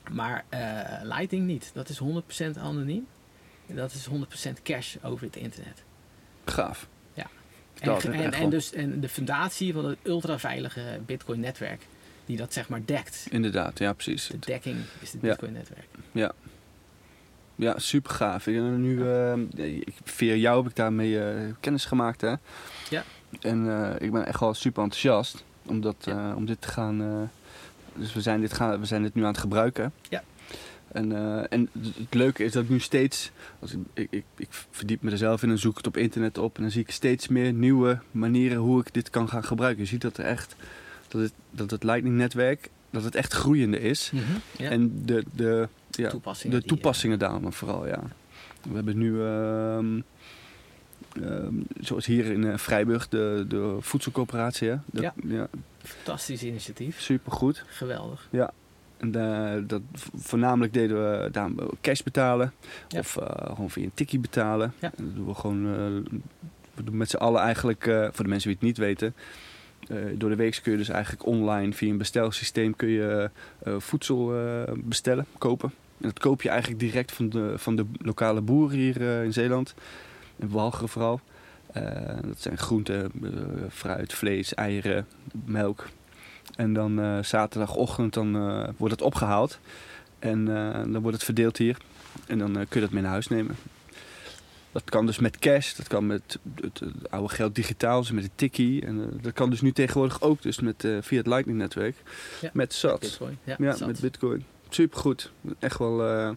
Maar uh, Lightning niet. Dat is honderd procent anoniem. En dat is honderd procent cash over het internet. Gaaf. Ja. Dat En, en, en, dus, en de fundatie van het ultraveilige Bitcoin-netwerk, die dat zeg maar dekt. Inderdaad, ja precies. De dekking is het ja. Bitcoin-netwerk. Ja. Ja, super gaaf. Ik, nu, uh, via jou heb ik daarmee uh, kennis gemaakt. Hè? Ja. En uh, ik ben echt wel super enthousiast om, dat, ja. uh, om dit te gaan... Uh, dus we zijn dit, gaan, we zijn dit nu aan het gebruiken. Ja. En, uh, en het leuke is dat ik nu steeds... Als ik, ik, ik, ik verdiep me er zelf in en zoek het op internet op. En dan zie ik steeds meer nieuwe manieren hoe ik dit kan gaan gebruiken. Je ziet dat er echt... Dat het, dat het Lightning-netwerk... Dat het echt groeiende is. Mm-hmm, ja. En de... de Ja, toepassingen de toepassingen die, uh, daarom vooral, ja. We hebben nu, uh, uh, zoals hier in uh, Vrijburg, de, de voedselcoöperatie. Hè? Dat, ja. ja, fantastisch initiatief. Supergoed. Geweldig. Ja. En uh, dat, voornamelijk deden we daar cash betalen. Ja. Of uh, gewoon via een tikkie betalen. Ja. En dat doen we gewoon, uh, we doen met z'n allen eigenlijk, uh, voor de mensen die het niet weten... Uh, door de week kun je dus eigenlijk online via een bestelsysteem kun je uh, voedsel uh, bestellen, kopen. En dat koop je eigenlijk direct van de, van de lokale boeren hier uh, in Zeeland. In Walcheren vooral. Uh, dat zijn groenten, uh, fruit, vlees, eieren, melk. En dan uh, zaterdagochtend dan, uh, wordt het opgehaald. En uh, dan wordt het verdeeld hier. En dan uh, kun je dat mee naar huis nemen. Dat kan dus met cash, dat kan met het, het oude geld digitaal, dus met een tikkie. En uh, dat kan dus nu tegenwoordig ook dus met, uh, via het Lightning-netwerk. Ja, met sats. Met Bitcoin. Ja, ja sats. met Bitcoin. Supergoed. Echt wel... Uh,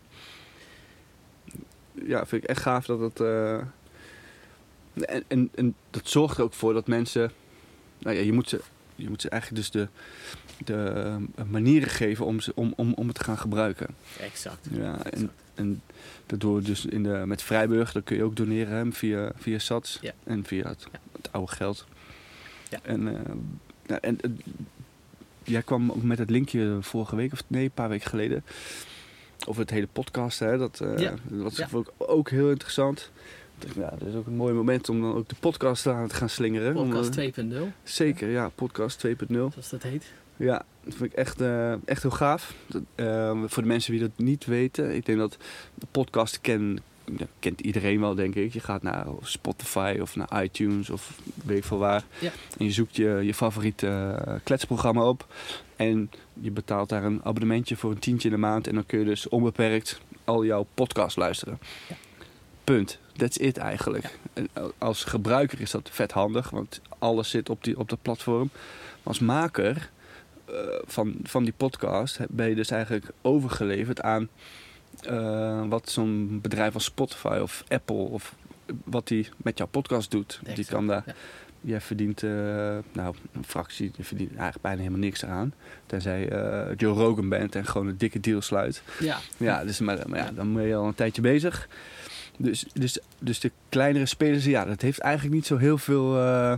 ja, vind ik echt gaaf dat het... Uh, en, en, en dat zorgt er ook voor dat mensen... Nou ja, je moet ze, je moet ze eigenlijk dus de, de uh, manieren geven om, ze, om, om, om het te gaan gebruiken. Exact. Ja, en, en dat doen we dus in de, met Vrijburg, dat kun je ook doneren hè, via, via sats ja. en via het, ja. het oude geld. Ja. En, uh, ja, en uh, jij kwam ook met het linkje vorige week, of nee, een paar weken geleden, over het hele podcast. Hè, dat, uh, ja. dat was ja. ook, ook heel interessant. Ja, dat is ook een mooi moment om dan ook de podcast aan te gaan slingeren. Podcast om, twee punt nul. Zeker, ja, podcast twee punt nul. Zoals dat heet. Ja, dat vind ik echt, uh, echt heel gaaf. Dat, uh, voor de mensen die dat niet weten, ik denk dat de podcast ken, ja, kent iedereen wel, denk ik. Je gaat naar Spotify of naar iTunes of weet ik veel waar. Ja. En je zoekt je, je favoriete uh, kletsprogramma op. En je betaalt daar een abonnementje voor een tientje in de maand. En dan kun je dus onbeperkt al jouw podcast luisteren. Ja. Punt. That's it eigenlijk. Ja. En als gebruiker is dat vet handig, want alles zit op, die, op dat platform. Maar als maker uh, van, van die podcast ben je dus eigenlijk overgeleverd aan uh, wat zo'n bedrijf als Spotify of Apple of wat die met jouw podcast doet. Exact. Die kan daar, ja. jij verdient uh, nou, een fractie, je verdient eigenlijk bijna helemaal niks eraan. Tenzij uh, Joe Rogan bent en gewoon een dikke deal sluit. Ja. Ja, dus, maar, maar ja, dan ben je al een tijdje bezig. Dus, dus, dus de kleinere spelers, ja, dat heeft eigenlijk niet zo heel veel... Uh,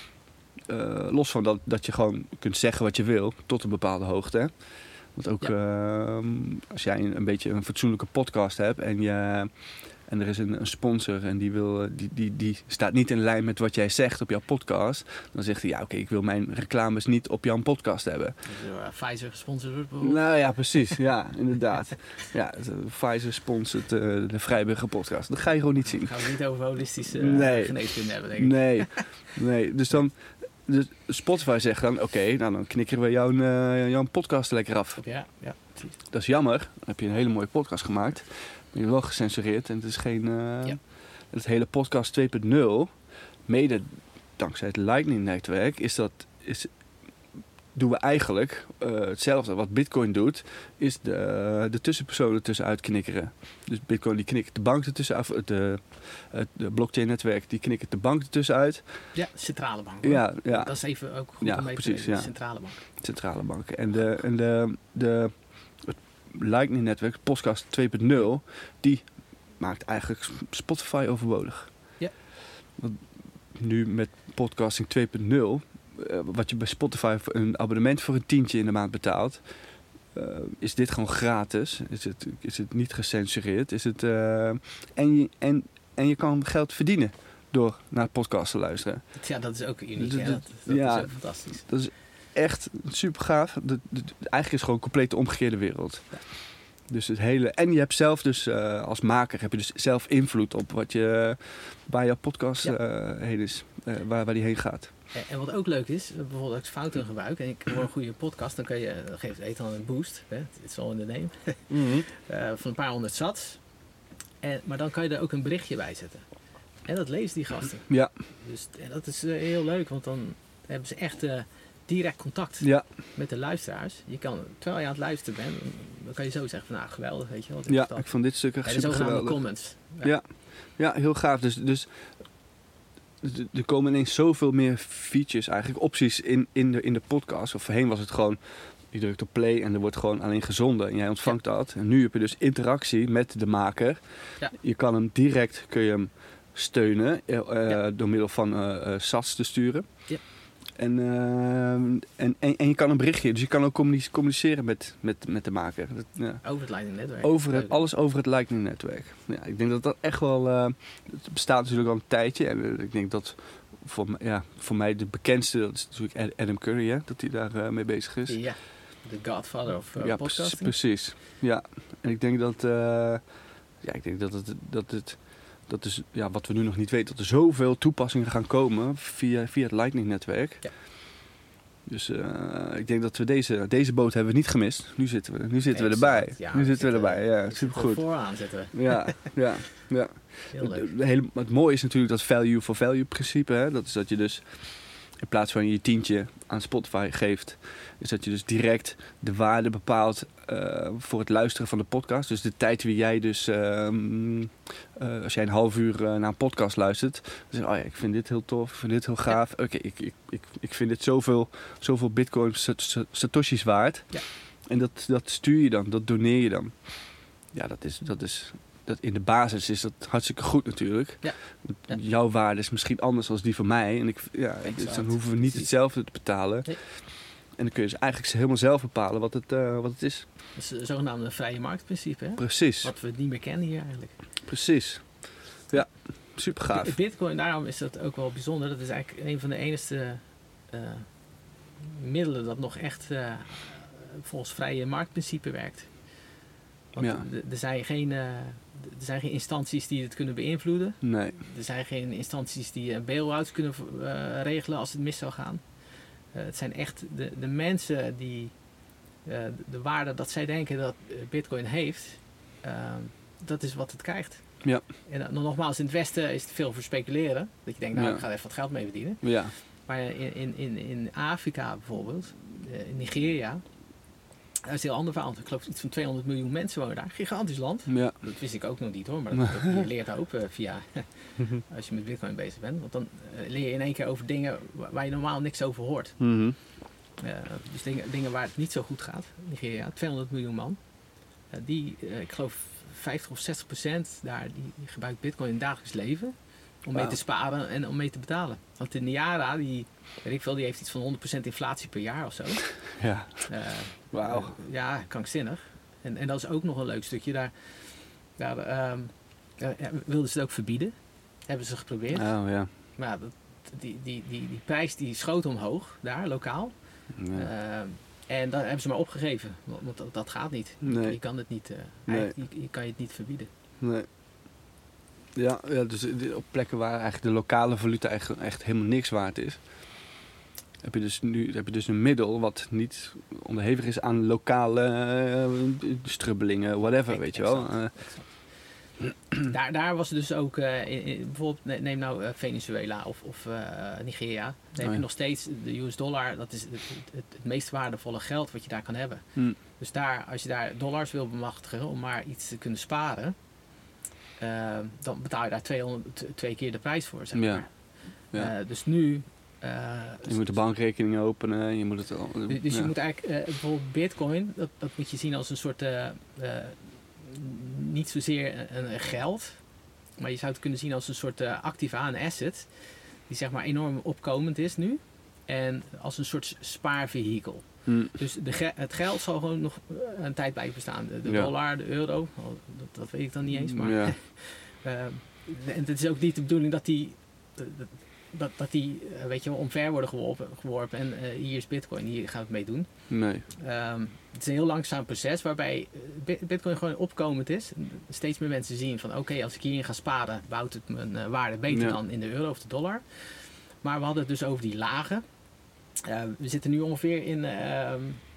uh, los van dat, dat je gewoon kunt zeggen wat je wil, tot een bepaalde hoogte. Hè? Want ook ja. uh, als jij een, een beetje een fatsoenlijke podcast hebt en, je, en er is een, een sponsor en die, wil, die, die, die staat niet in lijn met wat jij zegt op jouw podcast, dan zegt hij, ja oké, okay, ik wil mijn reclames niet op jouw podcast hebben. Door uh, Pfizer gesponsord wordt bijvoorbeeld. Nou ja, precies. Ja, inderdaad. Ja, Pfizer sponsort uh, de Vrijburger podcast. Dat ga je gewoon niet zien. Dan gaan we niet over holistische uh, nee. geneeskunde hebben, denk ik. Nee, nee. Dus dan... Dus Spotify zegt dan, oké, okay, nou dan knikkeren we jouw, uh, jouw podcast lekker af. Ja, ja, precies. Dat is jammer. Dan heb je een hele mooie podcast gemaakt. Maar je hebt wel gecensureerd. En het is geen... Uh, ja. Het hele podcast twee punt nul, mede dankzij het Lightning-netwerk, is dat... Is, doen we eigenlijk uh, hetzelfde. Wat Bitcoin doet, is de, uh, de tussenpersonen tussenuit knikkeren. Dus Bitcoin die knikt de bank ertussen af, de, de blockchain-netwerk die knikt de bank ertussen uit. Ja, centrale bank. Hoor. Ja, ja. Dat is even ook goed ja, om mee precies, te weten. ja. De centrale bank. Centrale bank. En de, en de, de het Lightning-netwerk, podcast twee punt nul, die maakt eigenlijk Spotify overbodig. Ja. Want nu met podcasting twee punt nul, uh, wat je bij Spotify voor een abonnement voor een tientje in de maand betaalt, uh, is dit gewoon gratis. Is het, is het niet gecensureerd. Is het, uh, en, je, en, en je kan geld verdienen door naar podcasts te luisteren. Ja, dat is ook uniek. Dat, hè? dat, Dat, dat ja, is ook fantastisch. Dat is echt super gaaf. Dat, dat, eigenlijk is het gewoon een compleet de omgekeerde wereld. Ja. Dus het hele... En je hebt zelf dus, uh, als maker, heb je dus zelf invloed op wat je, waar jouw podcast ja. uh, heen is. Uh, waar, waar die heen gaat. En, en wat ook leuk is, bijvoorbeeld als ik fouten gebruik en ik hoor een goede podcast, dan kan je, dan geeft het dan een boost. Het is al in de name. mm-hmm. uh, van een paar honderd sats. En, maar dan kan je er ook een berichtje bij zetten. En dat lezen die gasten. Ja. Dus en dat is uh, heel leuk, want dan hebben ze echt uh, direct contact ja. met de luisteraars. Je kan, terwijl je aan het luisteren bent, dan kan je zo zeggen van nou geweldig, weet je wel. Ja, ik vond dit stuk echt super geweldig. Comments. Ja. ja, ja, heel gaaf. Dus, dus er komen ineens zoveel meer features, eigenlijk opties in, in, de, in de podcast. Of voorheen was het gewoon, je drukt op play en er wordt gewoon alleen gezonden en jij ontvangt ja. dat. En nu heb je dus interactie met de maker. Ja. Je kan hem direct, kun je hem steunen uh, ja. door middel van uh, uh, sats te sturen. Ja. En, uh, en, en, en je kan een berichtje, dus je kan ook communiceren met, met, met de maker. Dat, ja. Over het Lightning netwerk. Over het, alles over het Lightning netwerk. Ja, ik denk dat dat echt wel, uh, het bestaat natuurlijk al een tijdje. En ik denk dat voor, ja, voor mij de bekendste, dat is natuurlijk Adam Curry, hè, dat hij daar uh, mee bezig is. Ja, de godfather of uh, ja, podcasting. Precies, ja. En ik denk dat, uh, ja, ik denk dat het, dat het Dat is ja, wat we nu nog niet weten. Dat er zoveel toepassingen gaan komen via, via het Lightning-netwerk. Ja. Dus uh, ik denk dat we deze, deze boot hebben we niet gemist. Nu zitten we, nu zitten we erbij. Ja, nu zitten we erbij. Ja, supergoed. Vooraan zitten we. Ja, ja, ja. Heel leuk. Het, hele, het mooie is natuurlijk dat value for value principe. Hè? Dat is dat je dus in plaats van je tientje aan Spotify geeft, is dat je dus direct de waarde bepaalt uh, voor het luisteren van de podcast. Dus de tijd die jij dus, uh, uh, als jij een half uur uh, naar een podcast luistert, dan zeg je, oh ja, ik vind dit heel tof, ik vind dit heel gaaf. Ja. Oké, okay, ik, ik, ik, ik vind dit zoveel, zoveel bitcoin satoshis waard. Ja. En dat, dat stuur je dan, dat doneer je dan. Ja, dat is... Dat is Dat in de basis is dat hartstikke goed natuurlijk. Ja. Ja. Jouw waarde is misschien anders dan die van mij. En ik, ja, dus dan hoeven we niet hetzelfde te betalen. Nee. En dan kun je dus eigenlijk helemaal zelf bepalen wat het, uh, wat het is. Dat is het zogenaamde vrije marktprincipe. Hè? Precies. Wat we niet meer kennen hier eigenlijk. Precies. Ja, super gaaf. Bitcoin, daarom is dat ook wel bijzonder. Dat is eigenlijk een van de enige uh, middelen dat nog echt uh, volgens vrije marktprincipe werkt. Want ja. er zijn geen... Uh, Er zijn geen instanties die het kunnen beïnvloeden. Nee. Er zijn geen instanties die een bail-out kunnen uh, regelen als het mis zou gaan. Uh, het zijn echt de, de mensen die uh, de waarde dat zij denken dat Bitcoin heeft, uh, dat is wat het krijgt. Ja. En uh, nogmaals, in het Westen is het veel voor speculeren. Dat je denkt, nou, ja. ik ga er even wat geld mee verdienen. Ja. Maar in, in, in, in Afrika bijvoorbeeld, uh, in Nigeria, dat is een heel ander verhaal. Ik geloof iets van tweehonderd miljoen mensen wonen daar. Gigantisch land. Ja. Dat wist ik ook nog niet hoor. Maar dat, dat, je leert ook uh, via... als je met Bitcoin bezig bent. Want dan uh, leer je in één keer over dingen waar, waar je normaal niks over hoort. Mm-hmm. Uh, dus dingen, dingen waar het niet zo goed gaat. Nigeria, tweehonderd miljoen man. Uh, die, uh, ik geloof vijftig of zestig procent daar, die, die gebruikt Bitcoin in het dagelijks leven. Om wow. mee te sparen en om mee te betalen. Want in Niara, die, weet ik veel, die heeft iets van honderd procent inflatie per jaar of zo. Ja. Uh, Wauw. Uh, ja, krankzinnig. En, en dat is ook nog een leuk stukje. Daar, daar um, uh, wilden ze het ook verbieden. Hebben ze geprobeerd. Oh, ja. Maar dat, die, die, die, die prijs die schoot omhoog, daar, lokaal. Ja. Uh, en dat hebben ze maar opgegeven. Want dat, dat gaat niet. Nee. Je kan het niet, uh, nee. je, je kan je het niet verbieden. Nee. Ja, ja, dus op plekken waar eigenlijk de lokale valuta echt, echt helemaal niks waard is, heb je dus nu heb je dus een middel wat niet onderhevig is aan lokale uh, strubbelingen, whatever, exact, weet je wel. Uh, daar, daar was het dus ook, uh, in, in, bijvoorbeeld neem nou uh, Venezuela of, of uh, Nigeria, dan oh, heb je ja. nog steeds de U S dollar, dat is het, het, het meest waardevolle geld wat je daar kan hebben. Hmm. Dus daar, als je daar dollars wil bemachtigen om maar iets te kunnen sparen, Uh, dan betaal je daar tweehonderd, twee keer de prijs voor, zeg maar. Ja. Ja. Uh, dus nu... Uh, je moet de bankrekening openen, je moet het... Al, dus dus ja. je moet eigenlijk... Uh, bijvoorbeeld Bitcoin, dat, dat moet je zien als een soort... Uh, uh, niet zozeer een, een geld, maar je zou het kunnen zien als een soort uh, activa, een asset, die zeg maar enorm opkomend is nu. En als een soort spaarvehikel. Hmm. Dus de ge- het geld zal gewoon nog een tijd blijven bestaan. De, de ja. dollar, de euro, dat, dat weet ik dan niet eens. Maar ja. uh, en het is ook niet de bedoeling dat die... De, de, dat, dat die, uh, weet je wel, omver worden geworpen, geworpen en uh, hier is Bitcoin, hier gaan we het mee doen. Nee. Um, het is een heel langzaam proces waarbij Bitcoin gewoon opkomend is. Steeds meer mensen zien van oké, okay, als ik hierin ga sparen, bouwt het mijn uh, waarde beter ja. dan in de euro of de dollar. Maar we hadden het dus over die lagen. Uh, we zitten nu ongeveer in, uh,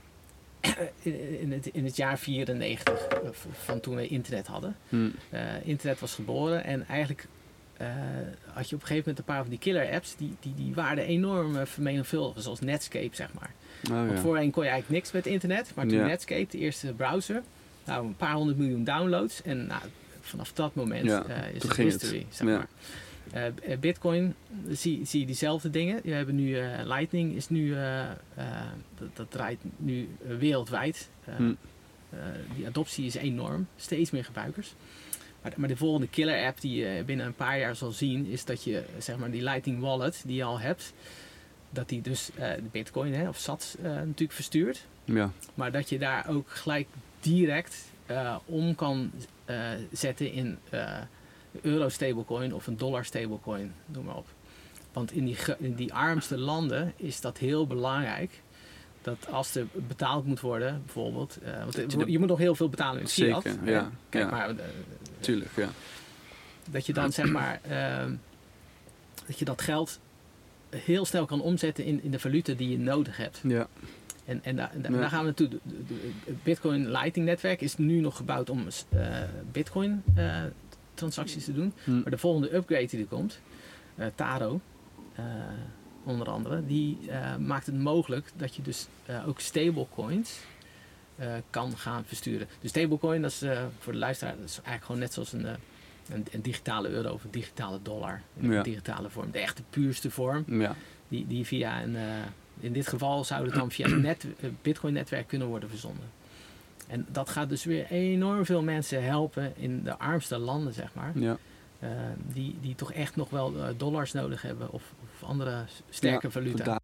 in, in, het, in het jaar vierennegentig van toen we internet hadden. Hmm. Uh, internet was geboren en eigenlijk uh, had je op een gegeven moment een paar van die killer apps die, die, die waarden enorm uh, vermenigvuldigen, zoals Netscape zeg maar. Oh, Want ja. voorheen kon je eigenlijk niks met internet, maar toen ja. Netscape, de eerste browser, nou een paar honderd miljoen downloads en nou, vanaf dat moment ja, uh, is het history, het. zeg ja. maar. Uh, Bitcoin zie, zie je diezelfde dingen. We hebben nu uh, Lightning is nu uh, uh, dat, dat draait nu uh, wereldwijd. Uh, hmm. uh, die adoptie is enorm, steeds meer gebruikers. Maar, maar de volgende killer app die je binnen een paar jaar zal zien, is dat je zeg maar die Lightning Wallet die je al hebt, dat die dus uh, de Bitcoin hè, of sats uh, natuurlijk verstuurt. Ja. Maar dat je daar ook gelijk direct uh, om kan uh, zetten in uh, euro stablecoin of een dollar stablecoin, noem maar op. Want in die, in die armste landen is dat heel belangrijk. Dat als er betaald moet worden, bijvoorbeeld. Uh, want je, je moet nog heel veel betalen in fiat. Zeker, ja. Kijk ja. maar. Uh, Tuurlijk, ja. Dat je dan zeg maar. Uh, dat je dat geld heel snel kan omzetten in, in de valuta die je nodig hebt. Ja. En, en, da, en ja. daar gaan we naartoe. Het Bitcoin Lightning netwerk is nu nog gebouwd om uh, Bitcoin uh, transacties te doen. Hm. Maar de volgende upgrade die er komt, uh, Taro, uh, onder andere, die uh, maakt het mogelijk dat je dus uh, ook stablecoins uh, kan gaan versturen. De stablecoin, dat is uh, voor de luisteraar, dat is eigenlijk gewoon net zoals een, uh, een, een digitale euro of een digitale dollar. In ja. een digitale vorm. De echte puurste vorm. Ja. Die, die via een, uh, in dit geval zou het dan via het net, uh, Bitcoin netwerk kunnen worden verzonden. En dat gaat dus weer enorm veel mensen helpen in de armste landen, zeg maar. Ja. Uh, die, die toch echt nog wel uh, dollars nodig hebben of, of andere sterke ja, valuta. Da-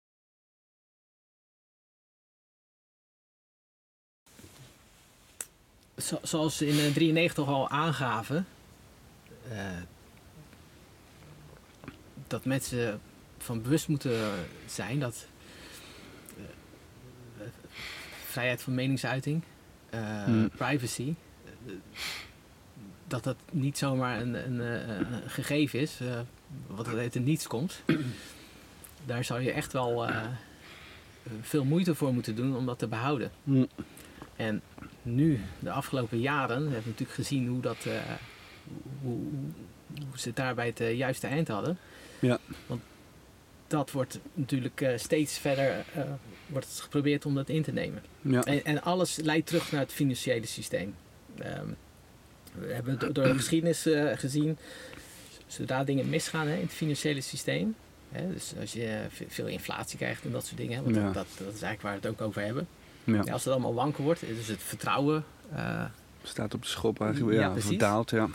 Zo, zoals ze in uh, drieënnegentig al aangaven, uh, dat mensen van bewust moeten zijn dat uh, uh, vrijheid van meningsuiting, uh, hmm. privacy, uh, dat dat niet zomaar een, een, een, een gegeven is, uh, wat uit het niets komt. Daar zou je echt wel uh, veel moeite voor moeten doen om dat te behouden. Hmm. En nu, de afgelopen jaren, hebben we natuurlijk gezien hoe, dat, uh, hoe, hoe ze het daar bij het uh, juiste eind hadden. Ja. Want dat wordt natuurlijk uh, steeds verder uh, wordt het geprobeerd om dat in te nemen. Ja. En, en alles leidt terug naar het financiële systeem. Um, we hebben do- door de geschiedenis uh, gezien, zodra dingen misgaan hè, in het financiële systeem. Hè, dus als je uh, veel inflatie krijgt en dat soort dingen. Want ja. dat, dat, dat is eigenlijk waar we het ook over hebben. Ja. Ja, als het allemaal wankel wordt, dus het vertrouwen Uh, staat op de schop eigenlijk, ja, ja verdaald, ja.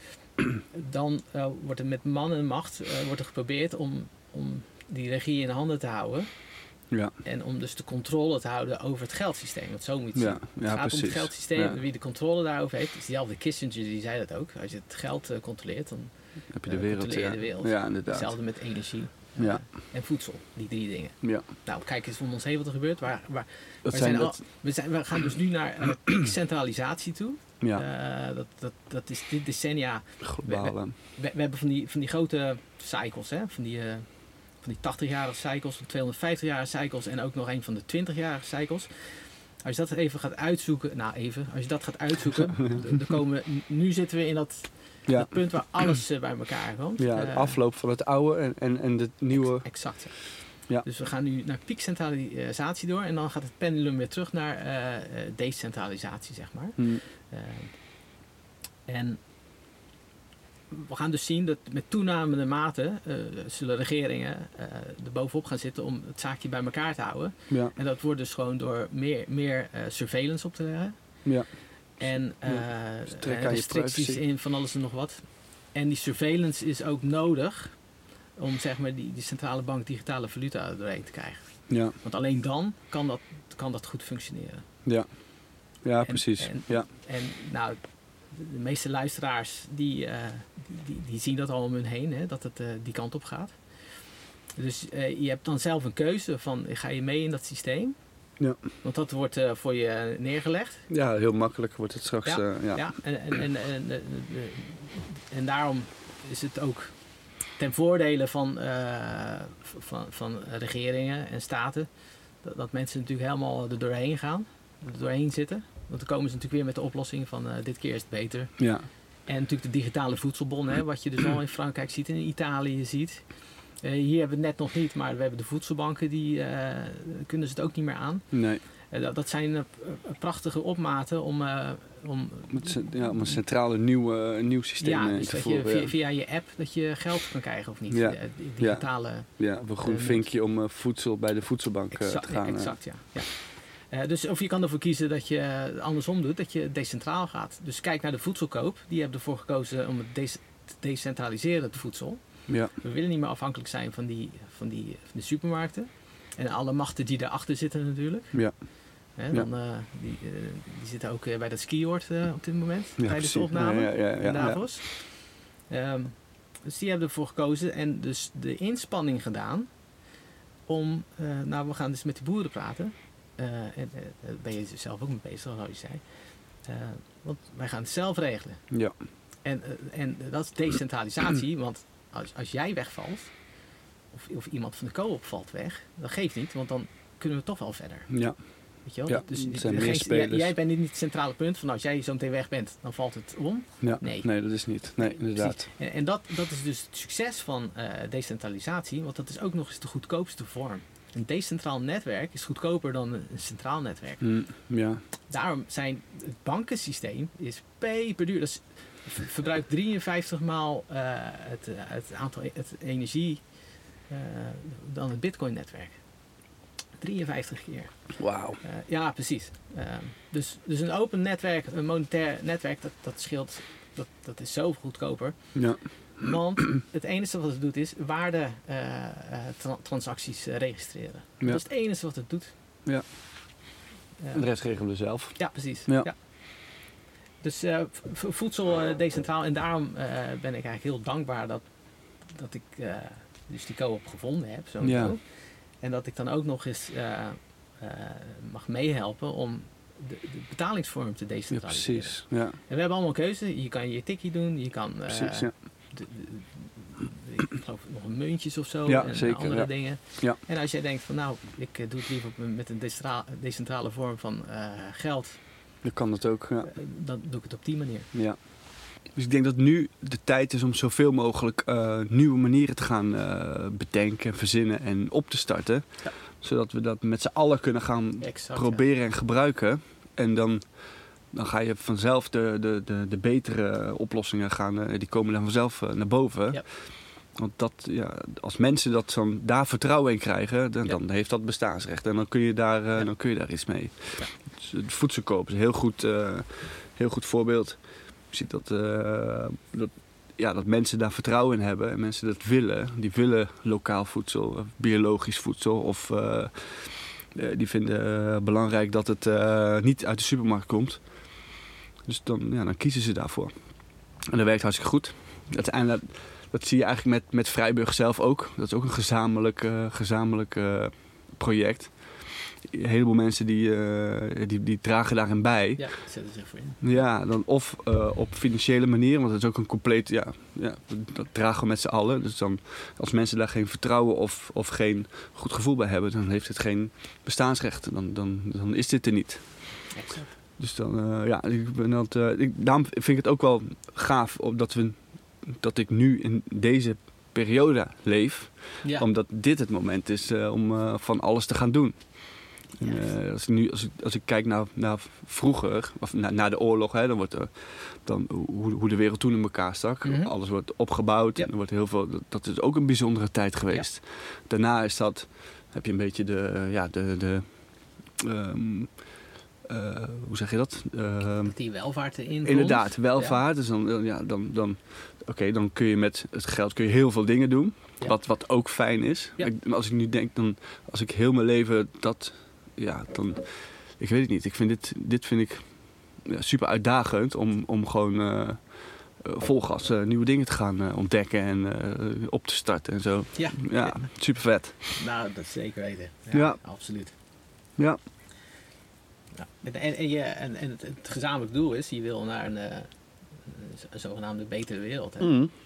Dan uh, wordt er met man en macht uh, wordt er geprobeerd om, om die regie in handen te houden. Ja. En om dus de controle te houden over het geldsysteem. Want zo moet je het ja, zien. Ja, het gaat precies. om het geldsysteem. Ja. Wie de controle daarover heeft. Dus diezelfde Kissinger die zei dat ook. Als je het geld uh, controleert, dan heb je de wereld. controleer je ja. de wereld. Ja, inderdaad. Hetzelfde met energie. Uh, ja. En voedsel, die drie dingen. Ja. Nou, kijk eens om ons heen wat er gebeurt. Waar, waar, dat waar zijn zijn dat... al, we, zijn, we gaan dus nu naar uh, centralisatie toe. Ja. Uh, dat, dat, dat is dit decennia. Globale. We, we, we hebben van die, van die grote cycles, hè? Van die, uh, van die tachtigjarige cycles, van tweehonderdvijftigjarige cycles en ook nog een van de twintigjarige cycles. Als je dat even gaat uitzoeken, nou even, als je dat gaat uitzoeken, dan komen we, nu zitten we in dat, ja. dat punt waar alles uh, bij elkaar komt. Ja, de uh, afloop van het oude en, en, en het nieuwe. Exact. Ja. Ja. Dus we gaan nu naar piekcentralisatie door en dan gaat het pendulum weer terug naar uh, decentralisatie, zeg maar. Hmm. Uh, en we gaan dus zien dat met toenamende mate uh, zullen regeringen uh, er bovenop gaan zitten om het zaakje bij elkaar te houden. Ja. En dat wordt dus gewoon door meer, meer uh, surveillance op te leggen. Ja. En uh, ja. Dus restricties in van alles en nog wat. En die surveillance is ook nodig om zeg maar die, die centrale bank digitale valuta doorheen te krijgen. Ja. Want alleen dan kan dat, kan dat goed functioneren. Ja, ja en, precies. En, ja. en nou, de meeste luisteraars die, uh, die, die zien dat al om hun heen, hè, dat het uh, die kant op gaat. Dus uh, je hebt dan zelf een keuze van, ga je mee in dat systeem? Ja. Want dat wordt uh, voor je neergelegd. Ja, heel makkelijk wordt het straks. Ja, uh, ja. ja. En, en, en, en, en, en daarom is het ook ten voordele van, uh, van, van regeringen en staten, dat, dat mensen natuurlijk helemaal er doorheen gaan, er doorheen zitten. Want dan komen ze natuurlijk weer met de oplossing van uh, dit keer is het beter. Ja. En natuurlijk de digitale voedselbon, hè, wat je dus al in Frankrijk ziet en in Italië ziet. Uh, hier hebben we het net nog niet, maar we hebben de voedselbanken, die uh, kunnen ze het ook niet meer aan. Nee. Uh, dat, dat zijn uh, prachtige opmaten om, uh, om, Met, ja, om een centrale nieuw, uh, nieuw systeem ja, in dus te dat voeren. je via, Ja. via je app dat je geld kan krijgen of niet. Ja. De, de digitale... Ja, of een groen uh, vinkje om uh, voedsel bij de voedselbank uh, exact, te gaan. ja, exact, ja. ja. Uh, dus of je kan ervoor kiezen dat je uh, andersom doet, dat je decentraal gaat. Dus kijk naar de voedselkoop. Die hebben ervoor gekozen om het de- te decentraliseren, het voedsel. Ja. We willen niet meer afhankelijk zijn van, die, van, die, van de supermarkten. En alle machten die daarachter zitten natuurlijk. Ja. Hè, dan, uh, die, uh, die zitten ook uh, bij dat skioord uh, op dit moment. Ja, tijdens de opname ja, ja, ja, ja, in Davos. Ja. Um, dus die hebben ervoor gekozen en dus de inspanning gedaan om... Uh, nou, we gaan dus met de boeren praten. Uh, en uh, daar ben je zelf ook mee bezig, zoals je zei. Uh, want wij gaan het zelf regelen. Ja. En, uh, en dat is decentralisatie, want als, als jij wegvalt, of, of iemand van de co-op valt weg, dat geeft niet, want dan kunnen we toch wel verder. Ja. Weet je wel? Ja, dus het zijn de, meer geen, spelers. jij, jij bent niet het centrale punt van als jij zo meteen weg bent, dan valt het om. Ja. Nee. nee, dat is niet. Nee, inderdaad. En, en dat, dat is dus het succes van uh, decentralisatie, want dat is ook nog eens de goedkoopste vorm. Een decentraal netwerk is goedkoper dan een centraal netwerk. Mm, ja. Daarom zijn het bankensysteem is peperduur. Dat is, verbruikt drieënvijftig maal uh, het, het aantal het energie uh, dan het Bitcoin-netwerk. drieënvijftig keer. Wauw. Uh, ja, precies. Uh, dus, dus een open netwerk, een monetair netwerk, dat, dat scheelt, dat, dat is zo goedkoper. Ja. Want het enige wat het doet is waarde uh, uh, tra- transacties uh, registreren. Ja. Dat is het enige wat het doet. Ja. Uh, En de rest regelen we zelf. Ja, precies. Ja. Ja. Dus uh, v- voedsel uh, decentraal. En daarom uh, ben ik eigenlijk heel dankbaar dat, dat ik uh, dus die co-op gevonden heb. Sowieso. Ja. En dat ik dan ook nog eens uh, uh, mag meehelpen om de, de betalingsvorm te Ja, decentraliseren. precies. Ja. En we hebben allemaal keuze. Je kan je tikkie doen. Je kan uh, Precies, ja. de, de, de, ik geloof nog een muntjes of zo. Ja, en zeker, andere ja. dingen. Ja. En als jij denkt van nou, ik uh, doe het liever met een decentrale, decentrale vorm van uh, geld. Dan kan dat ook. Ja. Uh, dan doe ik het op die manier. Ja. Dus ik denk dat nu de tijd is om zoveel mogelijk uh, nieuwe manieren te gaan uh, bedenken, verzinnen en op te starten. Ja. Zodat we dat met z'n allen kunnen gaan Exact, proberen ja. en gebruiken. En dan, dan ga je vanzelf de, de, de, de betere oplossingen gaan, uh, die komen dan vanzelf uh, naar boven. Ja. Want dat, ja, als mensen dat dan daar vertrouwen in krijgen, dan, Ja. dan heeft dat bestaansrecht. En dan kun je daar, uh, Ja. dan kun je daar iets mee. Ja. Dus het voedselkoop is een heel goed, uh, heel goed voorbeeld. Je ziet dat, uh, dat, ja, dat mensen daar vertrouwen in hebben en mensen dat willen. Die willen lokaal voedsel, of biologisch voedsel. Of uh, die vinden uh, belangrijk dat het uh, niet uit de supermarkt komt. Dus dan, ja, dan kiezen ze daarvoor. En dat werkt hartstikke goed. Uiteindelijk, dat zie je eigenlijk met, met Vrijburg zelf ook. Dat is ook een gezamenlijk, uh, gezamenlijk uh, project. Een heleboel mensen die, uh, die, die dragen daarin bij. Ja, zetten zich voor in. Ja, dan of uh, op financiële manier, want het is ook een compleet, ja, ja, dat dragen we met z'n allen. Dus dan, als mensen daar geen vertrouwen of, of geen goed gevoel bij hebben, dan heeft het geen bestaansrecht. Dan, dan, dan is dit er niet. Exact. Dus dan, uh, ja, ik ben dat, uh, ik, daarom vind ik het ook wel gaaf dat, we, dat ik nu in deze periode leef. Ja. Omdat dit het moment is uh, om uh, van alles te gaan doen. En, uh, als, ik nu, als, ik, als ik kijk naar, naar vroeger, of na, na de oorlog, hè, dan wordt er, dan, hoe, hoe de wereld toen in elkaar stak. Mm-hmm. Alles wordt opgebouwd. Ja. En er wordt heel veel, dat, dat is ook een bijzondere tijd geweest. Ja. Daarna is dat, heb je een beetje de, uh, ja, de, de um, uh, hoe zeg je dat? Uh, dat die welvaart erin Inderdaad, welvaart. Ja. Dus dan, ja, dan, dan, oké, okay, dan kun je met het geld kun je heel veel dingen doen. Ja. Wat, wat ook fijn is. Ja. Ik, als ik nu denk, dan, als ik heel mijn leven dat, ja, dan, ik weet het niet. Ik vind dit, dit vind ik ja, super uitdagend om, om gewoon uh, vol gas uh, nieuwe dingen te gaan uh, ontdekken en uh, op te starten en zo. Ja, ja super vet. Nou, dat zeker weten. Ja, ja. Absoluut. Ja. Ja. En, en, je, en, en het, het gezamenlijk doel is, je wil naar een, uh, een zogenaamde betere wereld. Hè? Mm.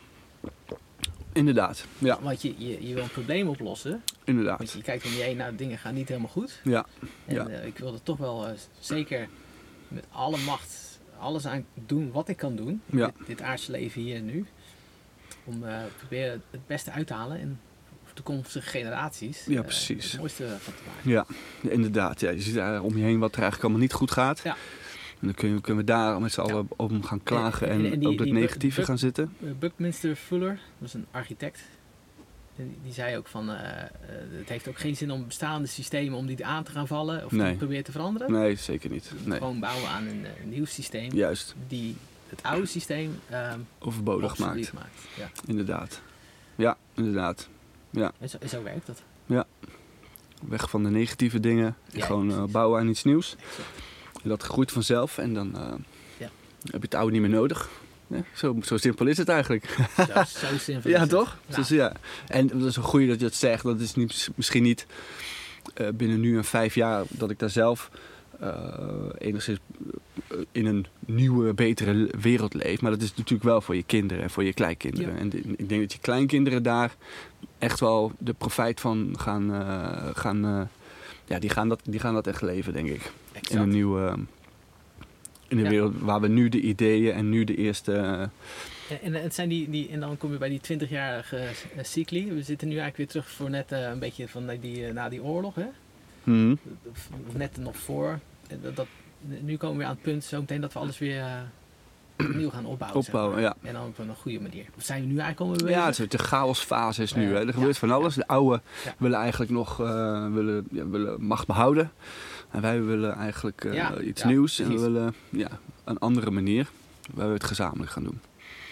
Inderdaad, ja. Want je, je, je wil een probleem oplossen. Inderdaad. Want je kijkt om je heen, nou, dingen gaan niet helemaal goed. Ja. En ja. Uh, ik wil er toch wel uh, zeker met alle macht alles aan doen wat ik kan doen. Ja. Dit, dit aardse leven hier en nu. Om uh, proberen het beste uit te halen en voor toekomstige generaties ja, uh, precies. het mooiste van te maken. Ja, ja inderdaad. Ja. Je ziet daar om je heen wat er eigenlijk allemaal niet goed gaat. Ja. En dan kun je, kunnen we daar met z'n allen ja. om gaan klagen en, en, en die, op het negatieve Buck, gaan zitten. Buckminster Fuller, dat was een architect. Die zei ook van, uh, uh, het heeft ook geen zin om bestaande systemen om die aan te gaan vallen of nee. te proberen te veranderen. Nee, zeker niet. Nee. Gewoon bouwen aan een, een nieuw systeem. Juist. Die het oude systeem um, overbodig maakt. maakt. Ja. Inderdaad. Ja, inderdaad. Ja. En, zo, en zo werkt dat. Ja. Weg van de negatieve dingen. Ja, gewoon uh, bouwen aan iets nieuws. En dat groeit vanzelf en dan uh, ja. heb je het oude niet meer nodig. Ja, zo, zo simpel is het eigenlijk. Zo, zo simpel ja, is toch? Het. Dus, ja. En dat is een goeie dat je het zegt. Dat is niet, misschien niet uh, binnen nu en vijf jaar dat ik daar zelf uh, enigszins in een nieuwe, betere wereld leef. Maar dat is natuurlijk wel voor je kinderen en voor je kleinkinderen. Ja. En de, ik denk dat je kleinkinderen daar echt wel de profijt van gaan... Uh, gaan uh, ja, die gaan, dat, die gaan dat echt leven, denk ik. Exact. In een nieuwe... Uh, In de ja. wereld waar we nu de ideeën en nu de eerste... Uh... En, en, het zijn die, die, en dan kom je bij die twintigjarige uh, cycli. We zitten nu eigenlijk weer terug voor net uh, een beetje van die, uh, na die oorlog. Hè? Mm-hmm. Of net nog voor. Dat, dat, nu komen we weer aan het punt zo meteen dat we alles weer uh, opnieuw gaan opbouwen. Opbouwen, zeg maar. ja. En dan op een goede manier. Of zijn we nu eigenlijk al mee Ja, het is de chaosfase is nu. Uh, hè? Er gebeurt ja. van alles. De oude ja. willen eigenlijk nog uh, willen, ja, willen macht behouden. En wij willen eigenlijk uh, ja, iets ja, nieuws precies. En we willen ja, een andere manier waar we het gezamenlijk gaan doen.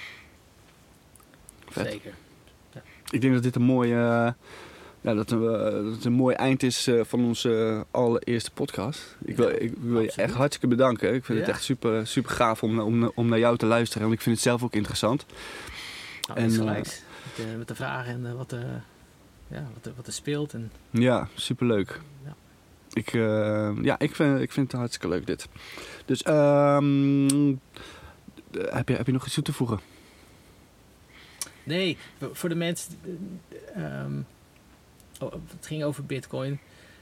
Vet. Zeker. Ja. Ik denk dat dit een mooi, uh, ja, dat een, uh, dat het een mooi eind is uh, van onze allereerste podcast. Ik wil, ja, ik wil je echt hartstikke bedanken. Ik vind ja. het echt super, super gaaf om, om, om naar jou te luisteren. Want ik vind het zelf ook interessant. Nou, en, gelijk. Uh, met, uh, met de vragen en uh, wat, uh, ja, wat, wat er speelt. En... Ja, superleuk. Ja. Ik, uh, ja, ik, vind, ik vind het hartstikke leuk dit. Dus um, heb, je, heb je nog iets toe te voegen? Nee, voor de mensen... Um, oh, het ging over Bitcoin.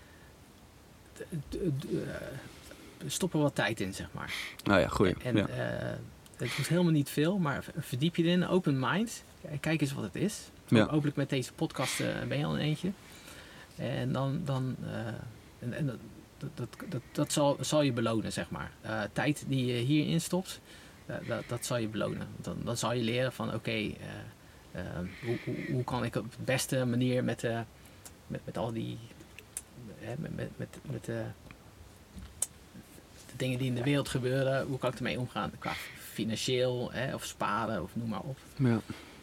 Stop er wat tijd in, zeg maar. Nou ja, goeie. En, ja. uh, het moet helemaal niet veel, maar verdiep je erin. Open mind. Kijk eens wat het is. Ja. Hopelijk met deze podcast uh, ben je al een eentje. En dan... dan uh, En, en dat, dat, dat, dat, dat zal, zal je belonen, zeg maar. Uh, tijd die je hierin stopt, uh, dat, dat zal je belonen. Dan, dan zal je leren van, oké, okay, uh, uh, hoe, hoe, hoe kan ik op de beste manier met, uh, met, met al die... Uh, met met, met, met uh, de dingen die in de wereld gebeuren, hoe kan ik ermee omgaan? Qua financieel, hè, of sparen, of noem maar op. Ja,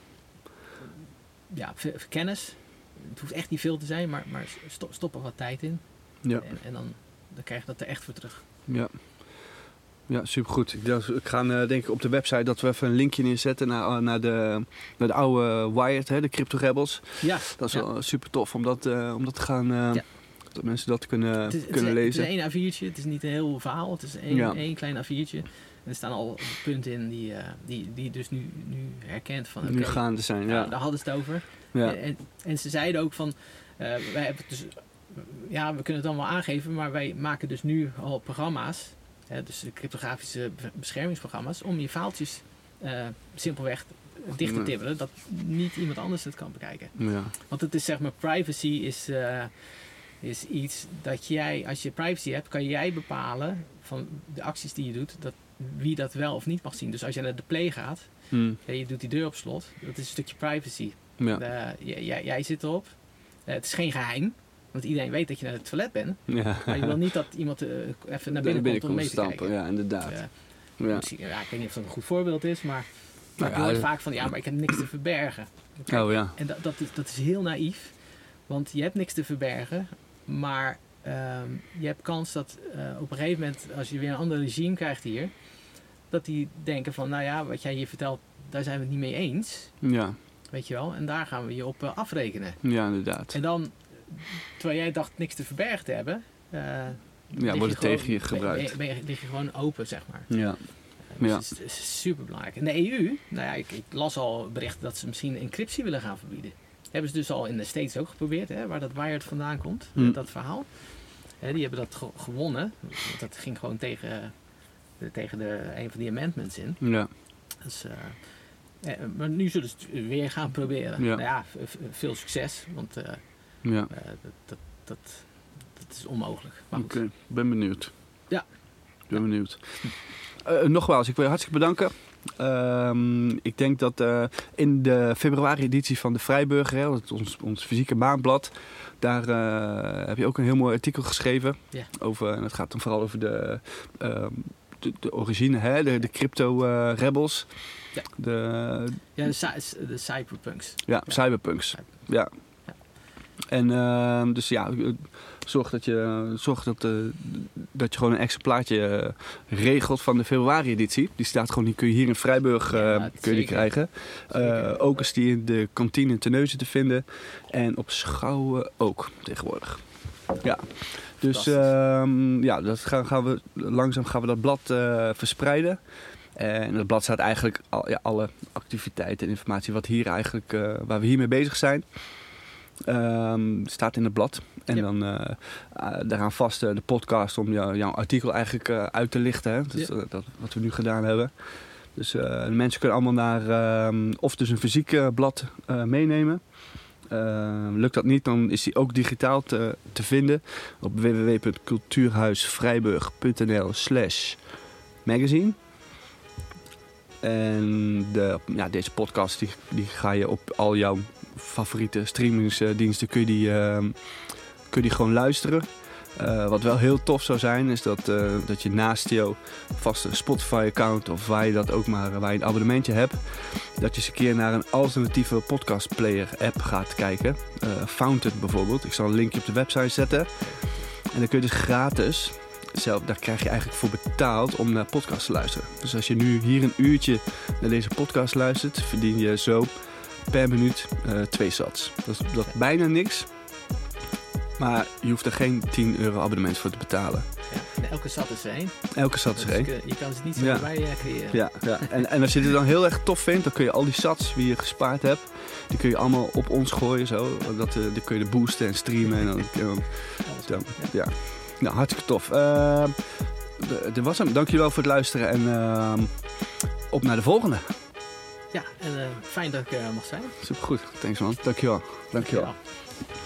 ja kennis. Het hoeft echt niet veel te zijn, maar, maar stop, stop er wat tijd in. Ja. En, en dan, dan krijg je dat er echt voor terug. Ja, ja supergoed. Ik, ik ga uh, denk ik op de website dat we even een linkje neerzetten naar, naar, de, naar de oude Wired, hè, de Crypto Rebels. Ja. Dat is ja. wel super tof om dat, uh, om dat te gaan, uh, ja. dat mensen dat kunnen, het is, kunnen het is, lezen. Het is één A viertje, het is niet een heel verhaal, het is één, ja. één klein A viertje. En er staan al punten in die, uh, die, die dus nu, nu herkent van... Okay, nu gaande zijn, ja. Nou, daar hadden ze het over. Ja. En, en ze zeiden ook van, uh, wij hebben dus... Ja, we kunnen het dan wel aangeven, maar wij maken dus nu al programma's, hè, dus cryptografische beschermingsprogramma's, om je faaltjes uh, simpelweg dicht te timmeren, dat niet iemand anders het kan bekijken. Ja. Want het is zeg maar, privacy is, uh, is iets dat jij, als je privacy hebt, kan jij bepalen van de acties die je doet, dat wie dat wel of niet mag zien. Dus als je naar de play gaat, hmm. en je doet die deur op slot, dat is een stukje privacy. Ja. Uh, jij, jij zit erop, uh, het is geen geheim. Want iedereen weet dat je naar het toilet bent. Ja. Maar je wil niet dat iemand uh, even naar binnen, komt om mee te stampen, kijken. Ja, inderdaad. Dus, uh, ja. Misschien, ja, ik weet niet of dat een goed voorbeeld is, maar, maar nou, ik hoor ja, vaak van, ja, maar ik heb niks te verbergen. Kijk, oh ja. En dat, dat, is, dat is heel naïef. Want je hebt niks te verbergen, maar um, je hebt kans dat uh, op een gegeven moment, als je weer een ander regime krijgt hier, dat die denken van, nou ja, wat jij hier vertelt, daar zijn we het niet mee eens. Ja. Weet je wel? En daar gaan we je op uh, afrekenen. Ja, inderdaad. En dan, terwijl jij dacht niks te verbergen te hebben... Uh, ja, wordt het gewoon, tegen je gebruikt. Ben, ben je, lig je gewoon open, zeg maar. Ja. Dus ja. het, is, het is super belangrijk. En de E U, nou ja, ik, ik las al berichten dat ze misschien encryptie willen gaan verbieden. Hebben ze dus al in de States ook geprobeerd, hè, waar dat Wired vandaan komt, hm. dat verhaal. Hè, die hebben dat ge- gewonnen. Dat ging gewoon tegen, de, tegen de, een van die amendments in. Ja. Dus, uh, eh, maar nu zullen ze het weer gaan proberen. Ja. Nou ja, v- veel succes, want uh, ja. uh, dat, dat, dat, dat is onmogelijk. Oké, okay. ben benieuwd. Ja. Ben ja. benieuwd. Uh, nogmaals, ik wil je hartstikke bedanken. Um, ik denk dat uh, in de februari-editie van de Vrijburger, hè, dat is ons, ons fysieke maandblad, daar uh, heb je ook een heel mooi artikel geschreven. Ja. Over, en dat gaat dan vooral over de, uh, de, de origine, hè, de, de crypto-rebels. Uh, ja, de, ja de, de cyberpunks. Ja, ja. cyberpunks. Cyber. Ja. ja. En uh, dus ja, zorg dat je, zorg dat, uh, dat je gewoon een exemplaartje uh, regelt van de februari-editie. Die staat gewoon, die kun je hier in Vrijburg uh, ja, kun je die krijgen. Uh, ook is die in de kantine in Terneuzen te vinden. En op Schouwen ook tegenwoordig. Ja. Dus uh, ja, dat gaan, gaan we, langzaam gaan we dat blad uh, verspreiden. En in het blad staat eigenlijk al, ja, alle activiteiten en informatie wat hier eigenlijk, uh, waar we hiermee bezig zijn. Um, staat in het blad. En ja. dan uh, uh, daaraan vast uh, de podcast om jou, jouw artikel eigenlijk uh, uit te lichten. Hè? Dat, ja. uh, dat wat we nu gedaan hebben. Dus uh, de mensen kunnen allemaal naar uh, of dus een fysiek uh, blad uh, meenemen. Uh, lukt dat niet, dan is die ook digitaal te, te vinden op w w w punt cultuurhuisvrijburg punt n l slash magazine. En de, ja, deze podcast die, die ga je op al jouw favoriete streamingsdiensten kun je die, uh, kun je die gewoon luisteren. Uh, wat wel heel tof zou zijn is dat, uh, dat je naast jouw vaste Spotify account of waar je dat ook maar waar je een abonnementje hebt, dat je eens een keer naar een alternatieve podcast player app gaat kijken. Uh, Fountain bijvoorbeeld. Ik zal een linkje op de website zetten. En dan kun je dus gratis, zelf, daar krijg je eigenlijk voor betaald om naar podcasts te luisteren. Dus als je nu hier een uurtje naar deze podcast luistert, verdien je zo per minuut uh, twee sats. Dat is, dat is bijna niks. Maar je hoeft er geen tien euro abonnement voor te betalen. Ja, elke sat is er één. Elke sat is er één. Dus je kan ze niet zo ja. bij uh, creëren. Ja, ja. En, en als je dit dan heel erg tof vindt, dan kun je al die sats die je gespaard hebt, die kun je allemaal op ons gooien. Zo. Dat, uh, die kun je boosten en streamen. En dan, dan, dan, ja. Nou, hartstikke tof. Uh, dit was hem. Dankjewel voor het luisteren en uh, op naar de volgende. Ja, en uh, fijn dat ik er uh, mag zijn. Supergoed. Thanks man. Dankjewel. Dankjewel. Dankjewel.